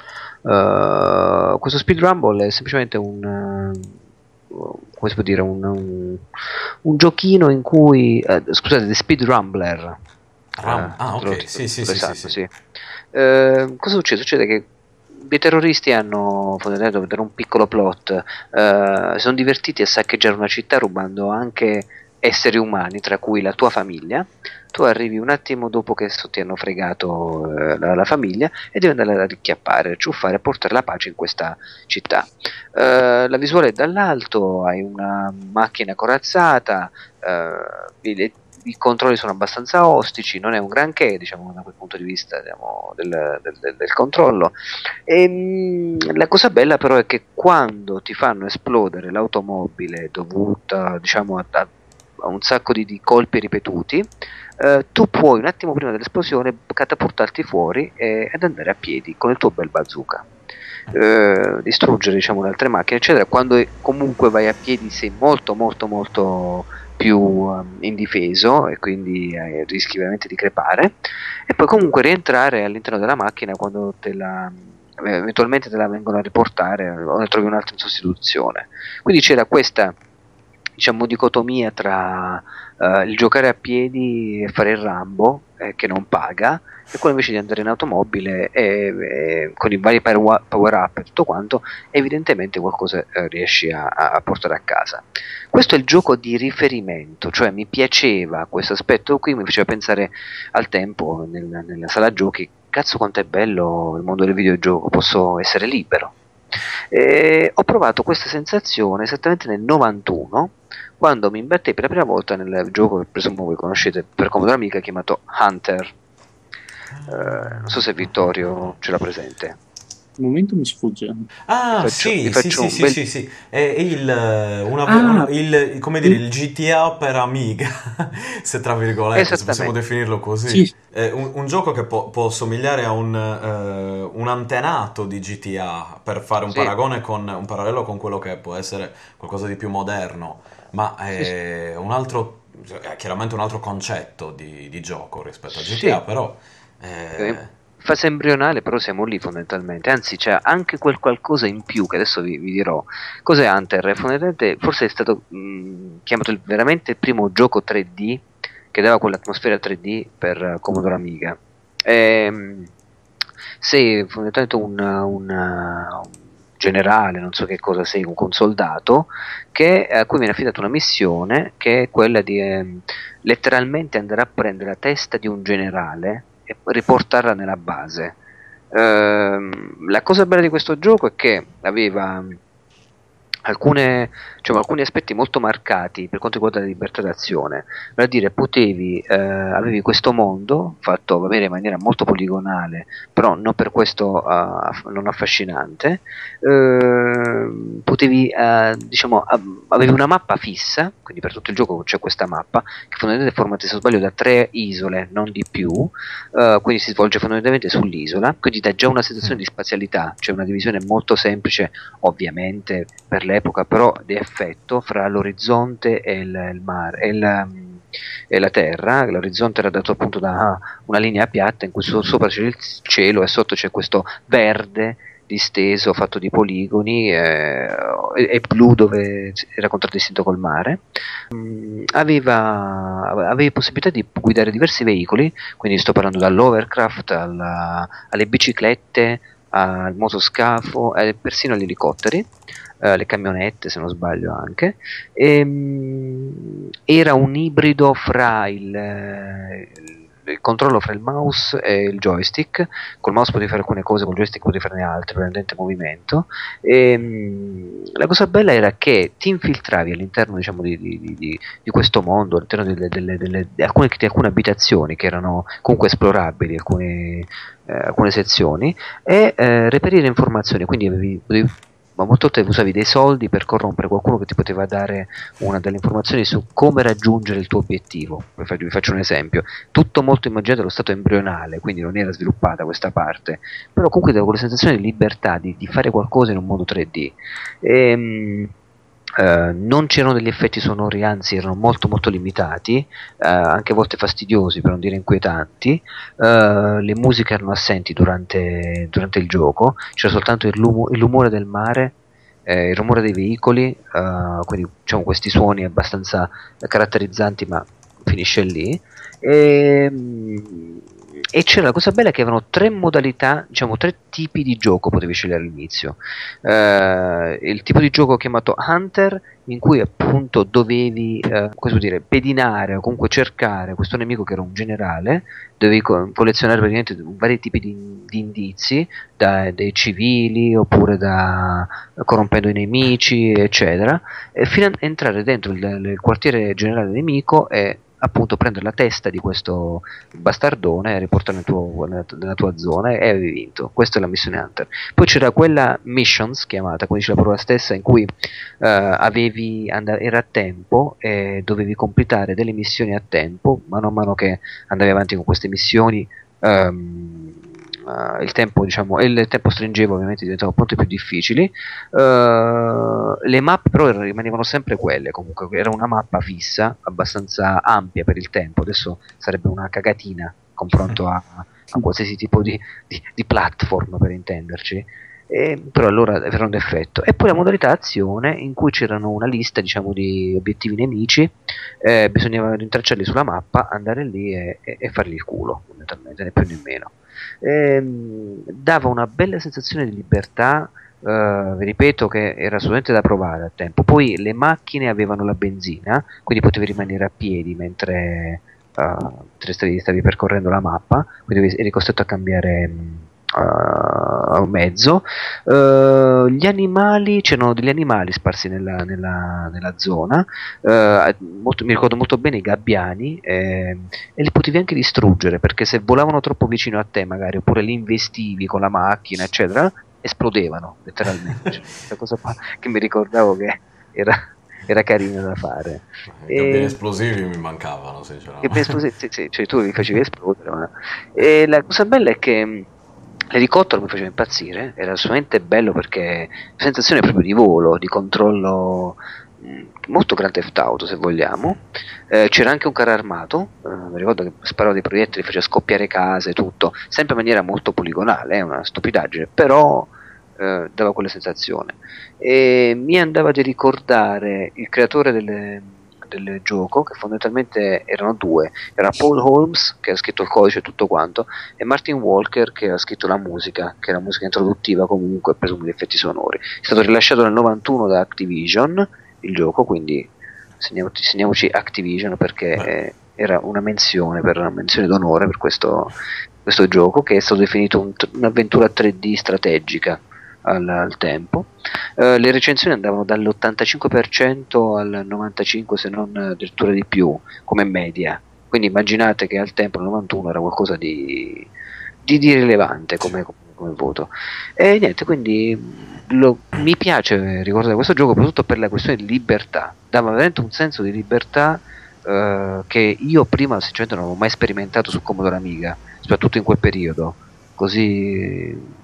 Questo Speed Rumble è semplicemente come si può dire, un giochino in cui scusate, The Speed Rumbler. Ok, sì. Cosa succede? Succede che dei terroristi hanno fondamentalmente per un piccolo plot si sono divertiti a saccheggiare una città rubando anche esseri umani, tra cui la tua famiglia. Tu arrivi un attimo dopo che ti hanno fregato la famiglia e devi andare a ricchiappare, ciuffare e portare la pace in questa città. La visuale è dall'alto, hai una macchina corazzata, i controlli sono abbastanza ostici, non è un granché, diciamo, da quel punto di vista, diciamo, del controllo. La cosa bella però è che quando ti fanno esplodere l'automobile dovuta, diciamo, a un sacco di colpi ripetuti, tu puoi un attimo prima dell'esplosione catapultarti fuori ed andare a piedi con il tuo bel bazooka, distruggere, diciamo, le altre macchine eccetera. Quando comunque vai a piedi sei molto più indifeso e quindi rischi veramente di crepare, e poi comunque rientrare all'interno della macchina quando eventualmente te la vengono a riportare o ne trovi un'altra in sostituzione. Quindi c'era questa, diciamo, dicotomia tra il giocare a piedi e fare il Rambo, che non paga, e quello invece di andare in automobile e con i vari power up e tutto quanto, evidentemente qualcosa riesci a portare a casa. Questo è il gioco di riferimento, cioè mi piaceva questo aspetto qui, mi faceva pensare al tempo nella sala giochi, cazzo quanto è bello il mondo del videogioco, posso essere libero. Ho provato questa sensazione esattamente nel 91, quando mi imbattei per la prima volta nel gioco che presumo voi conoscete per Commodore Amiga, chiamato Hunter. Non so se Vittorio ce l'ha presente. Al momento mi sfugge. Ah, sì. È come dire, il GTA per Amiga, se tra virgolette, se possiamo definirlo così. Sì. È un gioco che può somigliare a un antenato di GTA, per fare un paragone un parallelo con quello che può essere qualcosa di più moderno, ma è chiaramente un altro concetto di gioco rispetto a GTA, però... fase embrionale, però siamo lì fondamentalmente, anzi c'è anche quel qualcosa in più che adesso vi dirò. Cos'è Hunter? Fondamentalmente forse è stato chiamato veramente il primo gioco 3D che dava quell'atmosfera 3D per Commodore Amiga. Sei fondamentalmente un generale, non so che cosa sei, un soldato a cui viene affidata una missione che è quella di letteralmente andare a prendere la testa di un generale e riportarla nella base. La cosa bella di questo gioco è che aveva alcuni aspetti molto marcati per quanto riguarda la libertà d'azione, vale a dire avevi questo mondo fatto in maniera molto poligonale, però non per questo non affascinante. Avevi una mappa fissa, quindi per tutto il gioco c'è questa mappa che fondamentalmente è formata, se non sbaglio, da 3 isole, non di più, quindi si svolge fondamentalmente sull'isola, quindi dà già una sensazione di spazialità. C'è una divisione molto semplice, ovviamente per l'epoca, però di effetto, fra l'orizzonte e il mare e la terra. L'orizzonte era dato appunto da una linea piatta in cui sopra c'è il cielo e sotto c'è questo verde disteso fatto di poligoni e blu dove era contraddistinto col mare. Avevi possibilità di guidare diversi veicoli, quindi sto parlando dall'hovercraft alle biciclette, al motoscafo e persino agli elicotteri, le camionette se non sbaglio anche. Era un ibrido fra il controllo fra il mouse e il joystick. Col mouse potevi fare alcune cose, col joystick potevi farne altre, prendente movimento. La cosa bella era che ti infiltravi all'interno, diciamo, di questo mondo, all'interno di alcune abitazioni che erano comunque esplorabili, alcune sezioni, e reperire informazioni. Quindi ma molte volte usavi dei soldi per corrompere qualcuno che ti poteva dare delle informazioni su come raggiungere il tuo obiettivo. Vi faccio un esempio: tutto molto immaginato allo stato embrionale, quindi non era sviluppata questa parte, però comunque dava quella sensazione di libertà di fare qualcosa in un modo 3D. Non c'erano degli effetti sonori, anzi erano molto molto limitati, anche a volte fastidiosi per non dire inquietanti. Le musiche erano assenti durante il gioco, c'era soltanto il rumore del mare, il rumore dei veicoli, quindi diciamo questi suoni abbastanza caratterizzanti, ma finisce lì. E c'era la cosa bella che avevano 3 modalità, diciamo 3 tipi di gioco potevi scegliere all'inizio. Il tipo di gioco chiamato Hunter, in cui appunto dovevi pedinare o comunque cercare questo nemico che era un generale, dovevi collezionare praticamente vari tipi di indizi, dai civili oppure corrompendo i nemici, eccetera, fino a entrare dentro il quartiere generale nemico e appunto prendere la testa di questo bastardone e riportarlo nella tua zona, e avevi vinto. Questa è la missione Hunter. Poi c'era quella Missions chiamata, come dice la parola stessa, in cui era a tempo e dovevi completare delle missioni a tempo. Mano a mano che andavi avanti con queste missioni, il tempo stringeva, ovviamente diventavano appunto più difficili. Le mappe però rimanevano sempre quelle, comunque era una mappa fissa abbastanza ampia per il tempo. Adesso sarebbe una cagatina confronto a qualsiasi tipo di platform, per intenderci. Però allora era un effetto. E poi la modalità azione, in cui c'erano una lista, diciamo, di obiettivi nemici, bisognava rintracciarli sulla mappa, andare lì e fargli il culo, fondamentalmente, né più né meno. Dava una bella sensazione di libertà. Vi ripeto che era assolutamente da provare a tempo. Poi le macchine avevano la benzina, quindi potevi rimanere a piedi mentre stavi percorrendo la mappa, quindi eri costretto a cambiare mezzo. Gli animali, c'erano degli animali sparsi nella zona, mi ricordo molto bene i gabbiani, e li potevi anche distruggere, perché se volavano troppo vicino a te magari, oppure li investivi con la macchina eccetera, esplodevano letteralmente. Cioè, questa cosa qua che mi ricordavo che era carina da fare. I gabbini esplosivi mi mancavano, sinceramente. Sì, cioè tu li facevi esplodere. E la cosa bella è che l'elicottero mi faceva impazzire, era assolutamente bello perché sensazione proprio di volo, di controllo, molto Grand Theft Auto se vogliamo. C'era anche un carro armato, mi ricordo che sparava dei proiettili, faceva scoppiare case, tutto, sempre in maniera molto poligonale, una stupidaggine, però dava quella sensazione. E mi andava di ricordare il creatore del gioco, che fondamentalmente erano due, era Paul Holmes che ha scritto il codice e tutto quanto, e Martin Walker che ha scritto la musica, che era musica introduttiva comunque, presumo gli effetti sonori. È stato rilasciato nel 91 da Activision il gioco, quindi segniamoci Activision perché era una menzione d'onore per questo gioco, che è stato definito un'avventura 3D strategica al tempo. Le recensioni andavano dall'85% al 95%, se non addirittura di più, come media. Quindi immaginate che al tempo, nel 91, era qualcosa di rilevante come voto. E niente, quindi mi piace ricordare questo gioco, soprattutto per la questione di libertà. Dava veramente un senso di libertà che io prima sinceramente non avevo mai sperimentato su Commodore Amiga, soprattutto in quel periodo così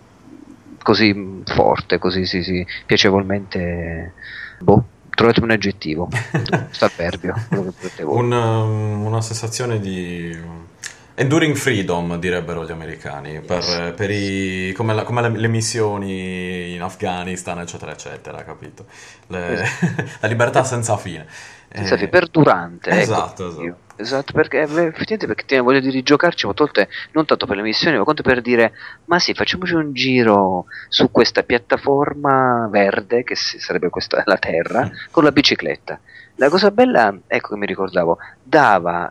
forte, così sì, piacevolmente, trovatemi un aggettivo, avverbio, quello che volete voi. Una sensazione di enduring freedom, direbbero gli americani, per come le missioni in Afghanistan, eccetera, eccetera, capito? La libertà senza fine. Perdurante. Esatto. Perché effettivamente perché ti voglio di rigiocarci molte volte, non tanto per le missioni, ma quanto per dire, ma sì, facciamoci un giro su questa piattaforma verde, che sarebbe questa la Terra, con la bicicletta. La cosa bella, ecco che mi ricordavo, dava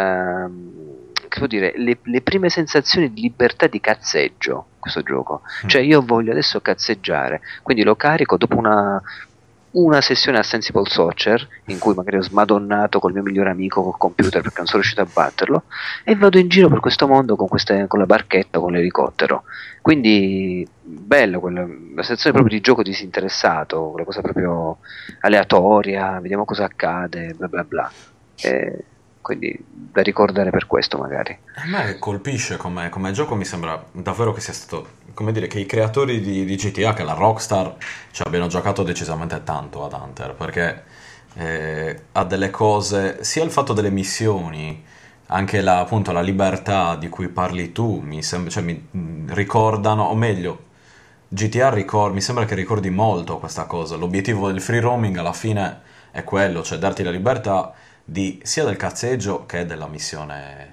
che vuol dire, le prime sensazioni di libertà di cazzeggio questo gioco. Cioè io voglio adesso cazzeggiare, quindi lo carico dopo una sessione a Sensible Soccer in cui magari ho smadonnato col mio migliore amico col computer perché non sono riuscito a batterlo, e vado in giro per questo mondo con la barchetta, con l'elicottero. Quindi bello la sensazione proprio di gioco disinteressato, quella cosa proprio aleatoria, vediamo cosa accade, bla bla bla. Quindi da ricordare per questo magari. A me colpisce come gioco, mi sembra davvero che sia stato, come dire, che i creatori di GTA, che la Rockstar, ci abbiano giocato decisamente tanto ad Hunter, perché ha delle cose, sia il fatto delle missioni, anche appunto la libertà di cui parli tu, mi ricordano, o meglio, GTA mi sembra che ricordi molto questa cosa. L'obiettivo del free roaming alla fine è quello, cioè darti la libertà sia del cazzeggio che della missione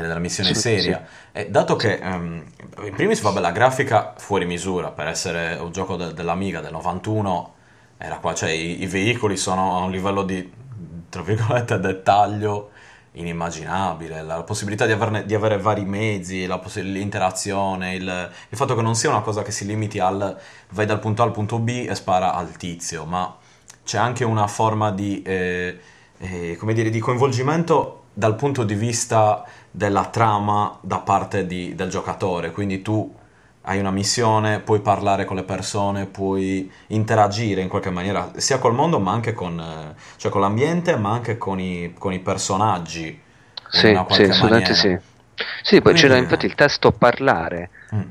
seria. Sì. E dato che in primis la grafica fuori misura per essere un gioco dell'Amiga del 91 era qua, cioè i veicoli sono a un livello di, tra virgolette, dettaglio inimmaginabile, la possibilità di avere vari mezzi, l'interazione, il fatto che non sia una cosa che si limiti al vai dal punto A al punto B e spara al tizio, ma c'è anche una forma di come dire, di coinvolgimento dal punto di vista della trama da parte del giocatore. Quindi tu hai una missione, puoi parlare con le persone, puoi interagire in qualche maniera sia col mondo ma anche con l'ambiente, ma anche con i personaggi. Sì, assolutamente sì. Sì, poi c'era infatti il tasto parlare,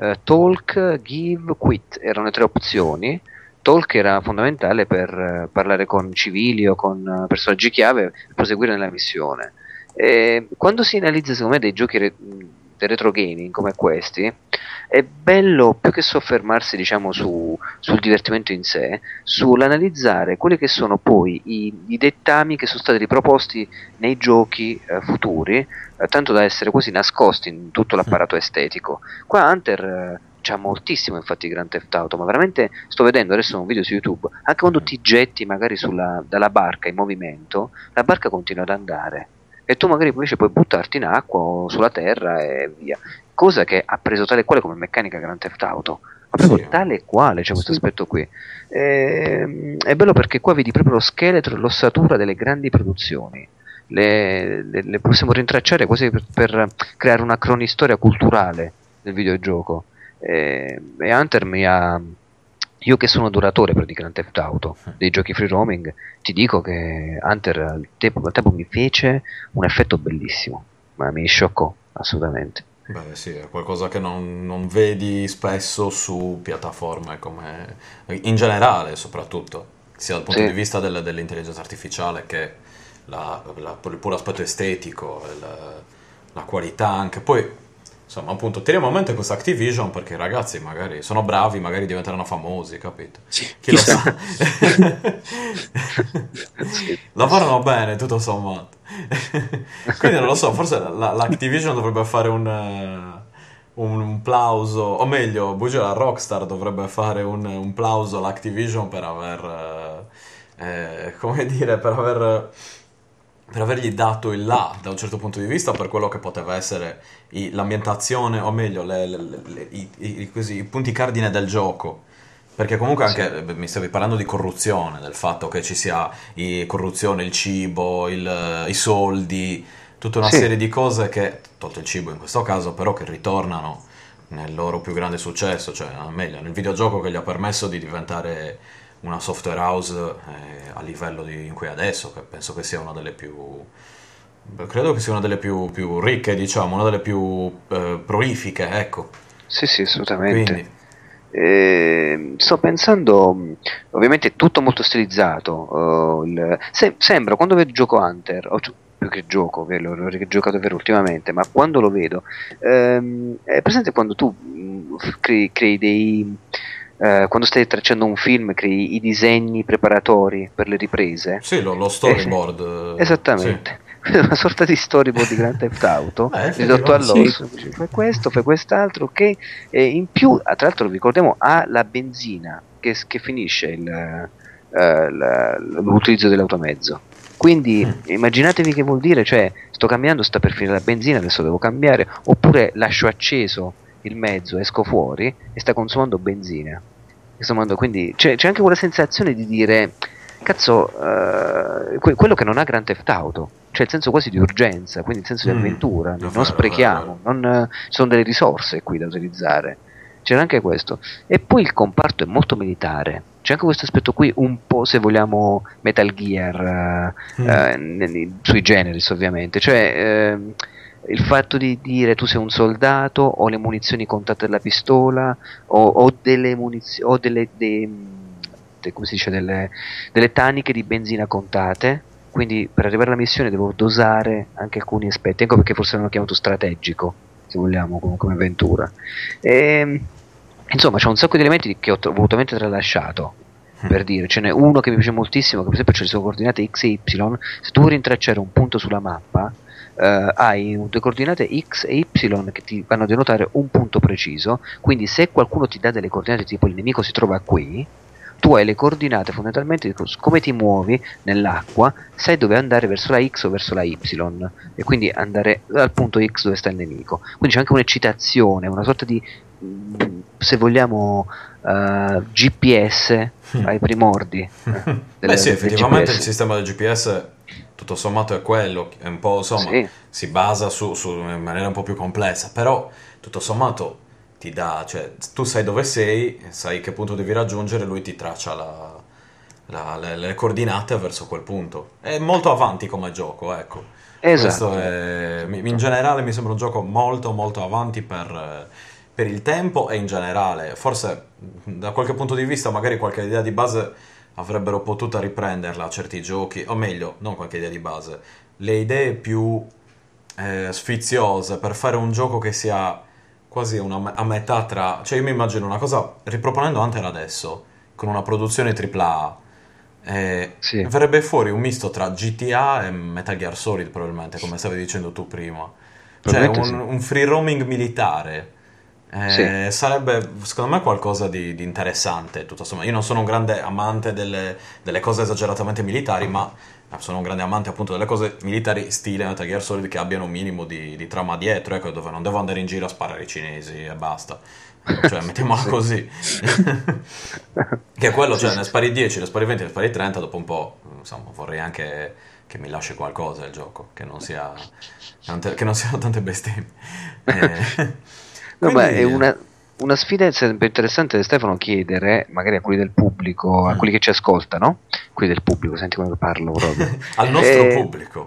talk, give, quit, erano le 3 opzioni. Talk era fondamentale per parlare con civili o con personaggi chiave per proseguire nella missione. E quando si analizza secondo me dei giochi del retro gaming come questi, è bello più che soffermarsi diciamo sul divertimento in sé, sull'analizzare quelli che sono poi i dettami che sono stati riproposti nei giochi futuri, tanto da essere quasi nascosti in tutto l'apparato estetico. Qua Hunter c'ha moltissimo infatti Grand Theft Auto, ma veramente sto vedendo adesso un video su YouTube, anche quando ti getti magari dalla barca in movimento, la barca continua ad andare e tu magari invece puoi buttarti in acqua o sulla terra e via, cosa che ha preso tale e quale come meccanica Grand Theft Auto, ma proprio tale e quale c'è questo aspetto qui. È bello perché qua vedi proprio lo scheletro e l'ossatura delle grandi produzioni. Le possiamo rintracciare quasi per creare una cronistoria culturale del videogioco. E Hunter mi ha io che sono adoratore per di Grand Theft Auto, dei giochi free roaming, ti dico che Hunter al tempo mi fece un effetto bellissimo, ma mi scioccò assolutamente. Beh, sì, è qualcosa che non vedi spesso su piattaforme come in generale, soprattutto, sia dal punto di Sì, vista dell'intelligenza artificiale che il puro aspetto estetico, la qualità anche. Poi, insomma, appunto, teniamo a mente questa Activision perché i ragazzi magari sono bravi, magari diventeranno famosi, capito? Sì, Chi lo chissà. sa? sì, Lavorano bene, tutto sommato. Quindi non lo so, forse l'Activision dovrebbe fare un plauso, o meglio, bugia la Rockstar dovrebbe fare un plauso all'Activision per aver, come dire, per avergli dato il là da un certo punto di vista per quello che poteva essere l'ambientazione, o meglio, i punti cardine del gioco. Perché comunque sì, anche mi stavi parlando di corruzione, del fatto che ci sia corruzione, il cibo, i soldi, tutta una sì, serie di cose che, tolto il cibo in questo caso, però che ritornano nel loro più grande successo, cioè meglio, nel videogioco che gli ha permesso di diventare una software house a livello in cui è adesso, che penso che sia una delle più... credo che sia una delle più ricche, diciamo, una delle più prolifiche, ecco. sì, sì, assolutamente. Quindi... Sto pensando, ovviamente è tutto molto stilizzato. Sembra quando vedo gioco Hunter, più che gioco, che l'ho giocato per ultimamente, ma quando lo vedo, è presente quando tu crei dei. Quando stai tracciando un film, crei i disegni preparatori per le riprese. Sì, lo Eh, storyboard, sì. Esattamente. Una sorta di storyboard di Grand Theft Auto ridotto Effettivamente. Sì, all'osso. Dici, fai questo, fai quest'altro, ok? E in più, tra l'altro, ricordiamo, ha la benzina che finisce l'utilizzo dell'automezzo. Quindi immaginatevi che vuol dire, cioè sto cambiando, sta per finire la benzina, adesso devo cambiare, oppure lascio acceso il mezzo, esco fuori e sta consumando benzina. Quindi c'è anche quella sensazione di dire, cazzo, quello che non ha Grand Theft Auto, cioè il senso quasi di urgenza, quindi il senso di avventura, È non vero, è vero, è vero. sprechiamo, ci sono delle risorse qui da utilizzare. C'era anche questo. E poi il comparto è molto militare. C'è anche questo aspetto qui, un po' se vogliamo Metal Gear, sui generis ovviamente. Cioè, il fatto di dire tu sei un soldato, ho le munizioni contate della pistola, ho delle munizioni, ho come si dice, delle taniche di benzina contate. Quindi per arrivare alla missione devo dosare anche alcuni aspetti, ecco perché forse l'hanno chiamato strategico, se vogliamo, come avventura. Insomma, c'è un sacco di elementi che ho volutamente tralasciato. Per dire, ce n'è uno che mi piace moltissimo, che per esempio c'è le sue coordinate x e y. Se tu vuoi rintracciare un punto sulla mappa, hai due coordinate x e y che ti vanno a denotare un punto preciso. Quindi se qualcuno ti dà delle coordinate tipo il nemico si trova qui, tu hai le coordinate fondamentalmente di come ti muovi nell'acqua, sai dove andare verso la X o verso la Y, e quindi andare al punto X dove sta il nemico. Quindi c'è anche un'eccitazione, una sorta di, se vogliamo, GPS ai primordi Beh sì, del effettivamente il GPS. sistema del GPS tutto sommato è quello, è un po' insomma, Sì, si basa in maniera un po' più complessa, però tutto sommato ti dà, cioè tu sai dove sei, sai che punto devi raggiungere, lui ti traccia le coordinate verso quel punto. È molto avanti come gioco, ecco. Questo esatto. è, in generale mi sembra un gioco molto molto avanti per il tempo e in generale. Forse da qualche punto di vista magari qualche idea di base avrebbero potuto riprenderla a certi giochi, o meglio, non qualche idea di base, le idee più sfiziose per fare un gioco che sia quasi a metà tra... Cioè io mi immagino una cosa, riproponendo Hunter adesso, con una produzione AAA, Sì, verrebbe fuori un misto tra GTA e Metal Gear Solid probabilmente, come stavi dicendo tu prima. Cioè probabilmente sì. un free roaming militare. Sì, Sarebbe secondo me qualcosa di interessante, tutto sommato. Io non sono un grande amante delle cose esageratamente militari, ma sono un grande amante appunto delle cose militari stile Metal Gear Solid che abbiano un minimo di trama dietro, ecco, dove non devo andare in giro a sparare ai cinesi e basta. Cioè, mettiamola sì. così. Che è quello, Sì, cioè, sì, ne sì. spari 10, ne spari 20, ne spari 30, dopo un po', insomma, vorrei anche che mi lasci qualcosa il gioco, che non siano tante bestemmie. No, ma è Quindi... una sfida sempre interessante, Stefano, chiedere magari a quelli del pubblico, a quelli che ci ascoltano, quelli del pubblico, senti come parlo proprio, al nostro pubblico,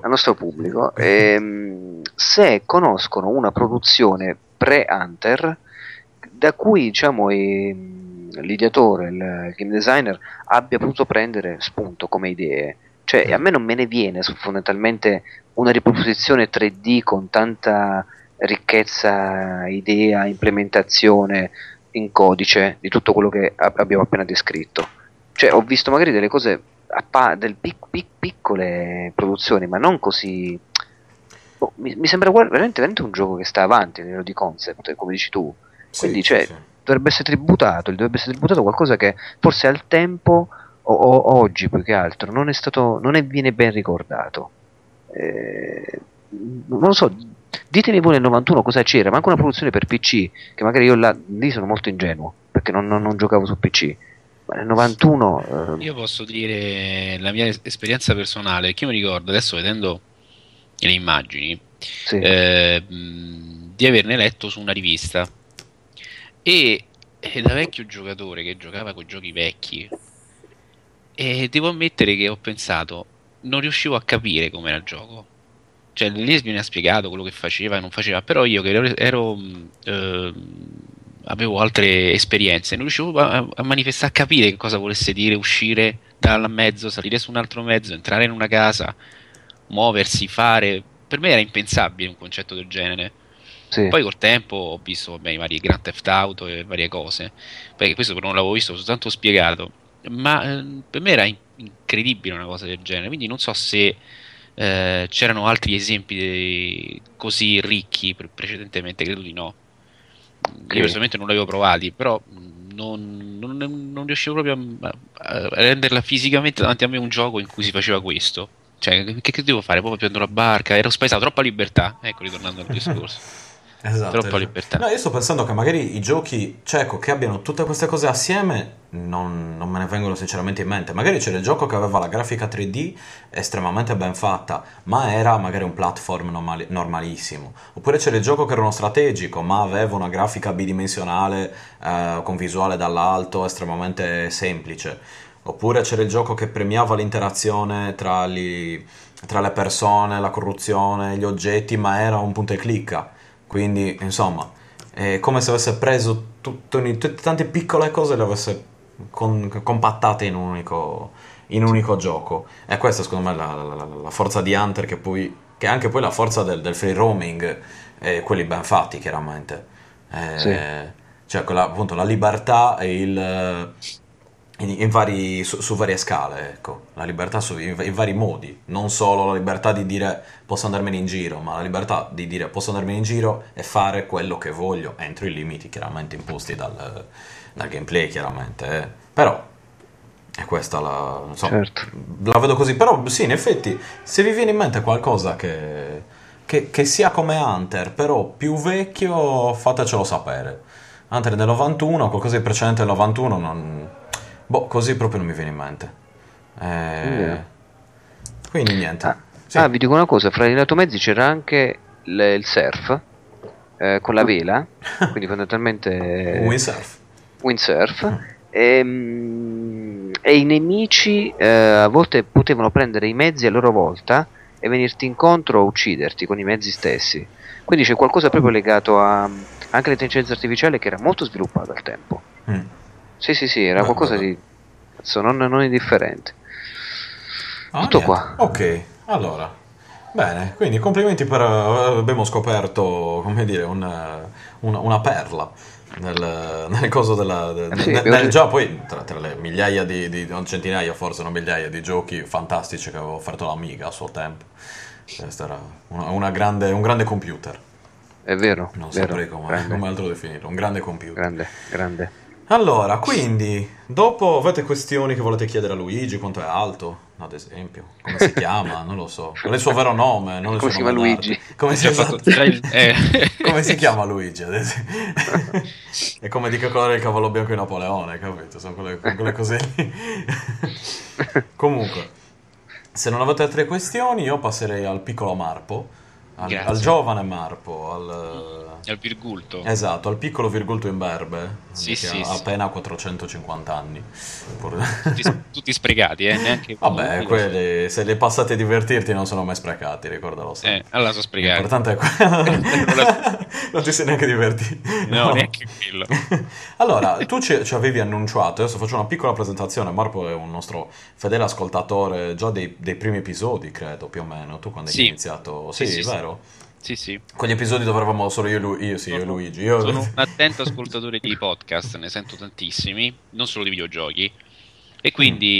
se conoscono una produzione pre-Hunter da cui, diciamo, l'ideatore, il game designer abbia potuto prendere spunto come idee. Cioè, a me non me ne viene fondamentalmente una riproposizione 3D con tanta ricchezza, idea, implementazione in codice di tutto quello che abbiamo appena descritto. Cioè, ho visto magari delle cose piccole produzioni, ma non così. Mi sembra veramente un gioco che sta avanti a livello di concept, come dici tu. Quindi, sì. Dovrebbe essere tributato qualcosa che forse al tempo o oggi più che altro non viene ben ricordato. Non lo so, ditemi voi nel 91 cosa c'era, ma anche una produzione per PC, che magari io lì sono molto ingenuo perché non giocavo su PC, ma nel 91 io posso dire la mia esperienza personale, che io mi ricordo adesso vedendo le immagini, sì, di averne letto su una rivista, e da vecchio giocatore che giocava con giochi vecchi, e devo ammettere che ho pensato, non riuscivo a capire com'era il gioco. Cioè lì mi ha spiegato quello che faceva e non faceva, però io che avevo altre esperienze, non riuscivo a manifestare, a capire che cosa volesse dire uscire dal mezzo, salire su un altro mezzo, entrare in una casa, muoversi, fare. Per me era impensabile un concetto del genere. Sì. Poi col tempo ho visto i vari Grand Theft Auto e varie cose, perché questo non l'avevo visto, soltanto spiegato, ma per me era incredibile una cosa del genere, quindi non so se c'erano altri esempi così ricchi precedentemente, credo di no. Io personalmente non li avevo provati, però non riuscivo proprio a renderla fisicamente davanti a me un gioco in cui si faceva questo. Cioè, che devo fare? Poi prendo la barca, ero spaesato, troppa libertà. Ecco, ritornando al discorso. Esatto, troppa libertà. No, io sto pensando che magari i giochi, cioè, ecco, che abbiano tutte queste cose assieme non me ne vengono sinceramente in mente. Magari c'era il gioco che aveva la grafica 3D estremamente ben fatta, ma era magari un platform normalissimo. Oppure c'era il gioco che era uno strategico, ma aveva una grafica bidimensionale con visuale dall'alto estremamente semplice. Oppure c'era il gioco che premiava l'interazione tra le persone, la corruzione, gli oggetti, ma era un punto e clicca. Quindi, insomma, è come se avesse preso tutte tante piccole cose e le avesse compattate in un unico gioco. E questa, secondo me, la forza di Hunter, che è anche poi la forza del free roaming, quelli ben fatti, chiaramente. Sì. Cioè, appunto, la libertà e su varie scale, ecco, la libertà in vari modi, non solo la libertà di dire posso andarmene in giro, ma la libertà di dire posso andarmene in giro e fare quello che voglio entro i limiti chiaramente imposti dal gameplay, chiaramente, però è questa certo. La vedo così. Però sì, in effetti, se vi viene in mente qualcosa che sia come Hunter però più vecchio, fatecelo sapere. Hunter del 91, qualcosa di precedente del 91 così proprio non mi viene in mente. Quindi niente. Sì. Vi dico una cosa, fra i latomezzi c'era anche il surf con la vela, quindi fondamentalmente windsurf, e i nemici a volte potevano prendere i mezzi a loro volta e venirti incontro o ucciderti con i mezzi stessi. Quindi c'è qualcosa proprio legato anche all'intelligenza artificiale che era molto sviluppata al tempo. Sì, era qualcosa di non indifferente. Tutto qua. Ok, allora, bene, quindi complimenti per abbiamo scoperto, come dire, una perla nel coso già poi tra le migliaia non centinaia, forse non migliaia di giochi fantastici che aveva offerto l'Amiga a suo tempo. Questo era un grande computer. È vero. Non saprei come altro definirlo, un grande computer. Grande. Allora, quindi, dopo avete questioni che volete chiedere a Luigi, quanto è alto, ad esempio, come si chiama, non lo so, qual è il suo vero nome, non il come suo si nome chiama Luigi? Come si chiama Luigi, ad esempio? È come di che colore è il cavallo bianco di Napoleone, capito? Sono quelle cose lì. Comunque, se non avete altre questioni, io passerei al piccolo Marpo, al giovane Marpo, al Virgulto. Esatto, al piccolo Virgulto Imberbe, sì, che ha appena 450 anni. Tutti sprecati, neanche vabbè, quelli, se li passate a divertirti non sono mai sprecati, ricordalo sempre. Allora sono sprecati. L'importante è quello. Non ti sei neanche divertito. No, neanche quello. Allora, tu ci avevi annunciato, adesso faccio una piccola presentazione. Marco è un nostro fedele ascoltatore già dei primi episodi, credo, più o meno. Tu quando hai iniziato? Sì, vero? Sì. Quegli episodi dove eravamo solo io e Luigi. Io sono un attento ascoltatore di podcast, ne sento tantissimi, non solo di videogiochi. E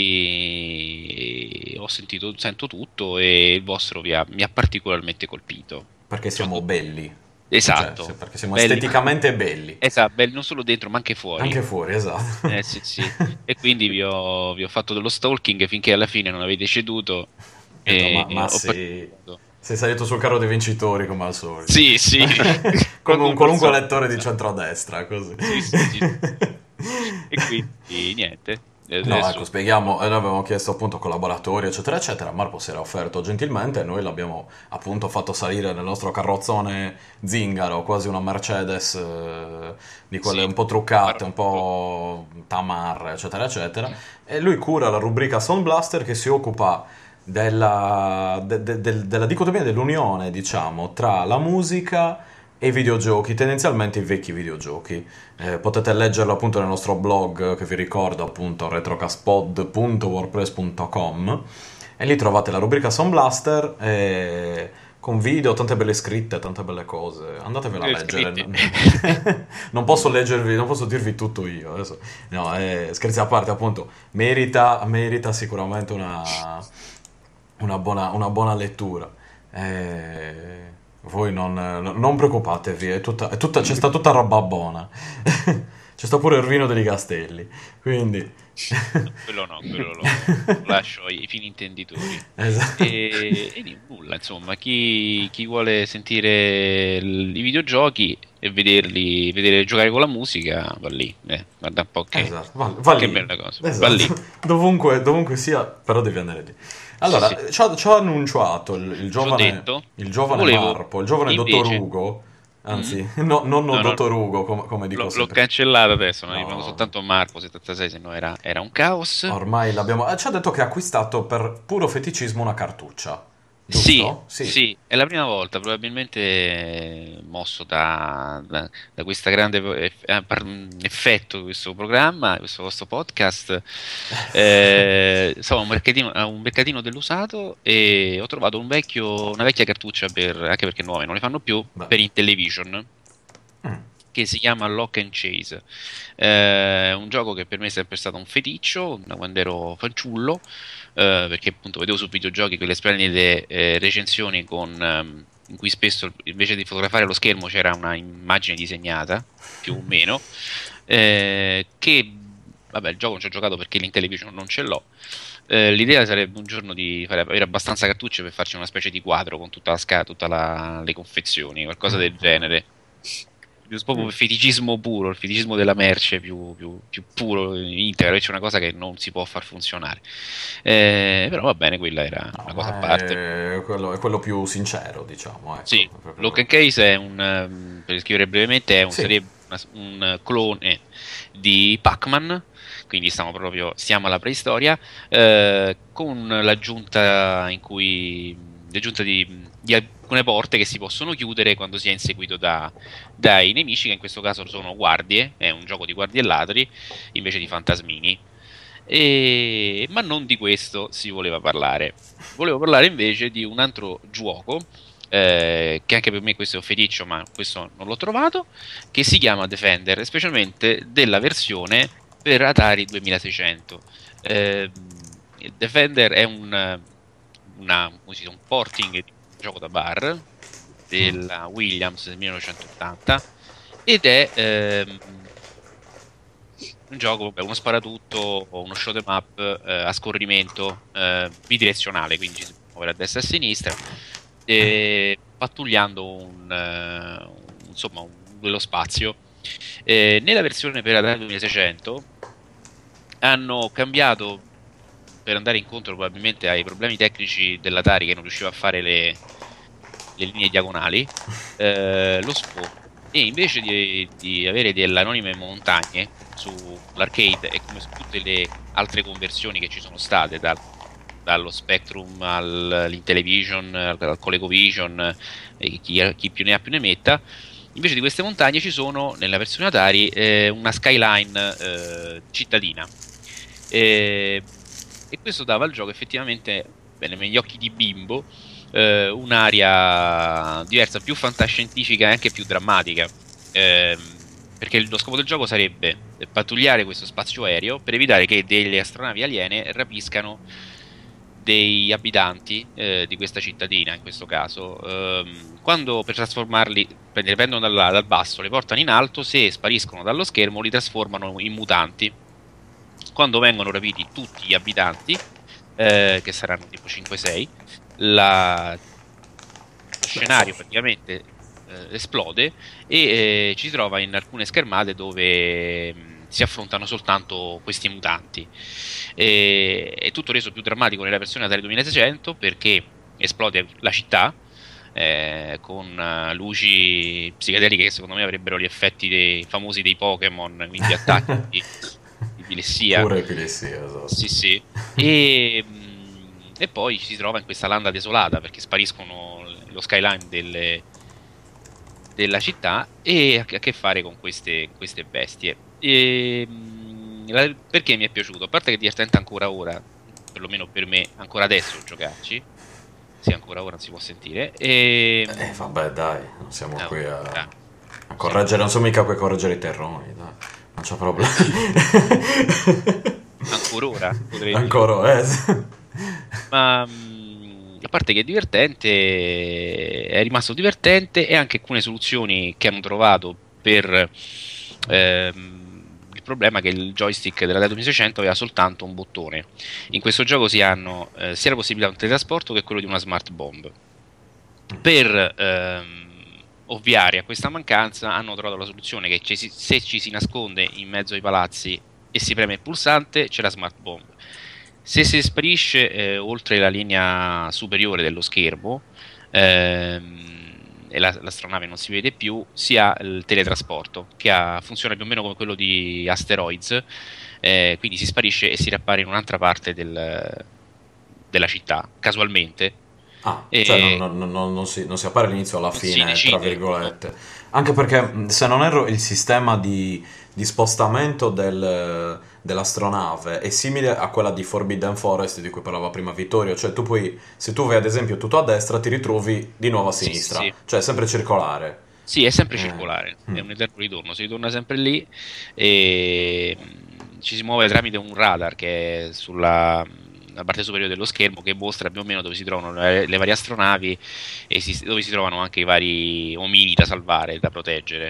quindi sento tutto e il vostro mi ha particolarmente colpito. Perché siamo belli. Esatto. Cioè, perché siamo esteticamente belli. Esatto, belli non solo dentro ma anche fuori. Anche fuori, esatto. Sì. E quindi vi ho fatto dello stalking finché alla fine non avete ceduto. Ma sei salito sul carro dei vincitori come al solito. Sì. Come un qualunque lettore di centrodestra, così. Sì. E quindi niente. No, ecco, spieghiamo, noi avevamo chiesto appunto collaboratori, eccetera, eccetera. Marco si era offerto gentilmente e noi l'abbiamo appunto fatto salire nel nostro carrozzone zingaro, quasi una Mercedes di quelle un po' truccate, un po' tamarre, eccetera, eccetera. E lui cura la rubrica Sound Blaster che si occupa della dicotomia, dell'unione, diciamo, tra la musica e i videogiochi, tendenzialmente i vecchi videogiochi. Potete leggerlo appunto nel nostro blog, che vi ricordo appunto retrocaspod.wordpress.com, e lì trovate la rubrica Sound Blaster con video, tante belle scritte, tante belle cose. Andatevela a leggere. Non posso dirvi tutto io adesso. No, scherzi a parte, appunto, merita sicuramente una buona lettura. Voi non preoccupatevi, c'è sta tutta roba buona. C'è sta pure il vino degli Castelli, quindi quello lo lascio ai fini intenditori. Esatto. E nulla, insomma, chi vuole sentire i videogiochi e vedere giocare con la musica, va lì, guarda un po' che, esatto. va che lì. bella cosa. Esatto. Va lì. Dovunque sia, però devi andare lì. Allora, ci ha annunciato il giovane Marpo, il giovane dottor Ugo, anzi, non dottor Ugo, come dico sempre. L'ho cancellato adesso, non rimango soltanto Marco 76, se no era un caos. Ormai ci ha detto che ha acquistato per puro feticismo una cartuccia. Giusto? Sì, è la prima volta, probabilmente mosso da questo grande effetto di questo programma, questo vostro podcast. Insomma, un mercatino dell'usato e ho trovato una vecchia cartuccia, anche perché nuove non le fanno più, per Intellivision, che si chiama Lock and Chase. Un gioco che per me è sempre stato un feticcio da quando ero fanciullo, perché appunto vedevo su videogiochi quelle splendide recensioni in cui spesso invece di fotografare lo schermo c'era una immagine disegnata, più o meno, che vabbè, il gioco non ci ho giocato perché l'Intellivision non ce l'ho. L'idea sarebbe un giorno di avere abbastanza cartucce per farci una specie di quadro con tutta le confezioni, qualcosa del genere. Proprio il feticismo puro, il feticismo della merce più puro, integro, c'è una cosa che non si può far funzionare. Però va bene, quella era una cosa a parte. È quello più sincero, diciamo. Ecco, sì, Lock and Case è per scrivere brevemente, sarebbe un clone di Pac-Man, quindi stiamo alla preistoria, con l'aggiunta di alcune porte che si possono chiudere quando si è inseguito dai nemici, che in questo caso sono guardie, è un gioco di guardie e ladri invece di fantasmini. Ma non di questo si voleva parlare. Volevo parlare invece di un altro gioco, che anche per me questo è un feticcio, ma questo non l'ho trovato, che si chiama Defender, specialmente della versione per Atari 2600. Defender è un porting di un gioco da bar della Williams del 1980 ed è un gioco, uno sparatutto o uno shoot 'em up a scorrimento bidirezionale, quindi ci si può muovere a destra e a sinistra, pattugliando dello spazio. Nella versione per Atari 2600 hanno cambiato, per andare incontro probabilmente ai problemi tecnici dell'Atari, che non riusciva a fare le linee diagonali, lo sfondo, e invece di avere delle anonime montagne sull'arcade e come su tutte le altre conversioni che ci sono state dallo Spectrum all'Intellivision, al ColecoVision, chi più ne ha più ne metta, invece di queste montagne ci sono nella versione Atari una skyline cittadina, e questo dava al gioco effettivamente, bene, negli occhi di bimbo, un'area diversa, più fantascientifica e anche più drammatica, perché lo scopo del gioco sarebbe pattugliare questo spazio aereo per evitare che delle astronavi aliene rapiscano dei abitanti di questa cittadina, in questo caso. Quando per trasformarli prendono dal basso, le portano in alto, se spariscono dallo schermo li trasformano in mutanti. Quando vengono rapiti tutti gli abitanti, che saranno tipo 5-6, lo scenario praticamente esplode e ci si trova in alcune schermate dove si affrontano soltanto questi mutanti. È tutto reso più drammatico nella versione Atari 2600 perché esplode la città con luci psichedeliche che secondo me avrebbero gli effetti famosi dei Pokémon, quindi attacchi di epilessia. Pure epilessia, esatto. Sì. E poi ci si trova in questa landa desolata perché spariscono lo skyline della città e ha a che fare con queste bestie. Perché mi è piaciuto? A parte che è divertente ancora ora, perlomeno per me, ancora adesso giocarci. Sì, ancora ora non si può sentire. Vabbè, dai, non siamo qui a correggere, non sono mica qui a correggere i terroni, dai, non c'è problema. Ancora ora, potrei ancora, Ma a parte che è divertente, è rimasto divertente, e anche alcune soluzioni che hanno trovato per il problema che il joystick della Atari 2600 aveva soltanto un bottone. In questo gioco si hanno sia la possibilità di un teletrasporto che quello di una smart bomb. Per ovviare a questa mancanza hanno trovato la soluzione che se ci si nasconde in mezzo ai palazzi e si preme il pulsante c'è la smart bomb. Se si sparisce oltre la linea superiore dello schermo e l'astronave non si vede più, si ha il teletrasporto che funziona più o meno come quello di Asteroids, quindi si sparisce e si riappare in un'altra parte della città casualmente. Cioè non si appare all'inizio o alla fine, tra virgolette. Anche perché, se non erro, il sistema di spostamento dell'astronave è simile a quella di Forbidden Forest di cui parlava prima Vittorio. Cioè tu puoi, se tu vai ad esempio tutto a destra, ti ritrovi di nuovo a sinistra. Sì. Cioè è sempre circolare. Sì, è sempre circolare, è un eterno ritorno, si ritorna sempre lì e ci si muove tramite un radar che è sulla parte superiore dello schermo, che mostra più o meno dove si trovano le varie astronavi e dove si trovano anche i vari omini da salvare, da proteggere.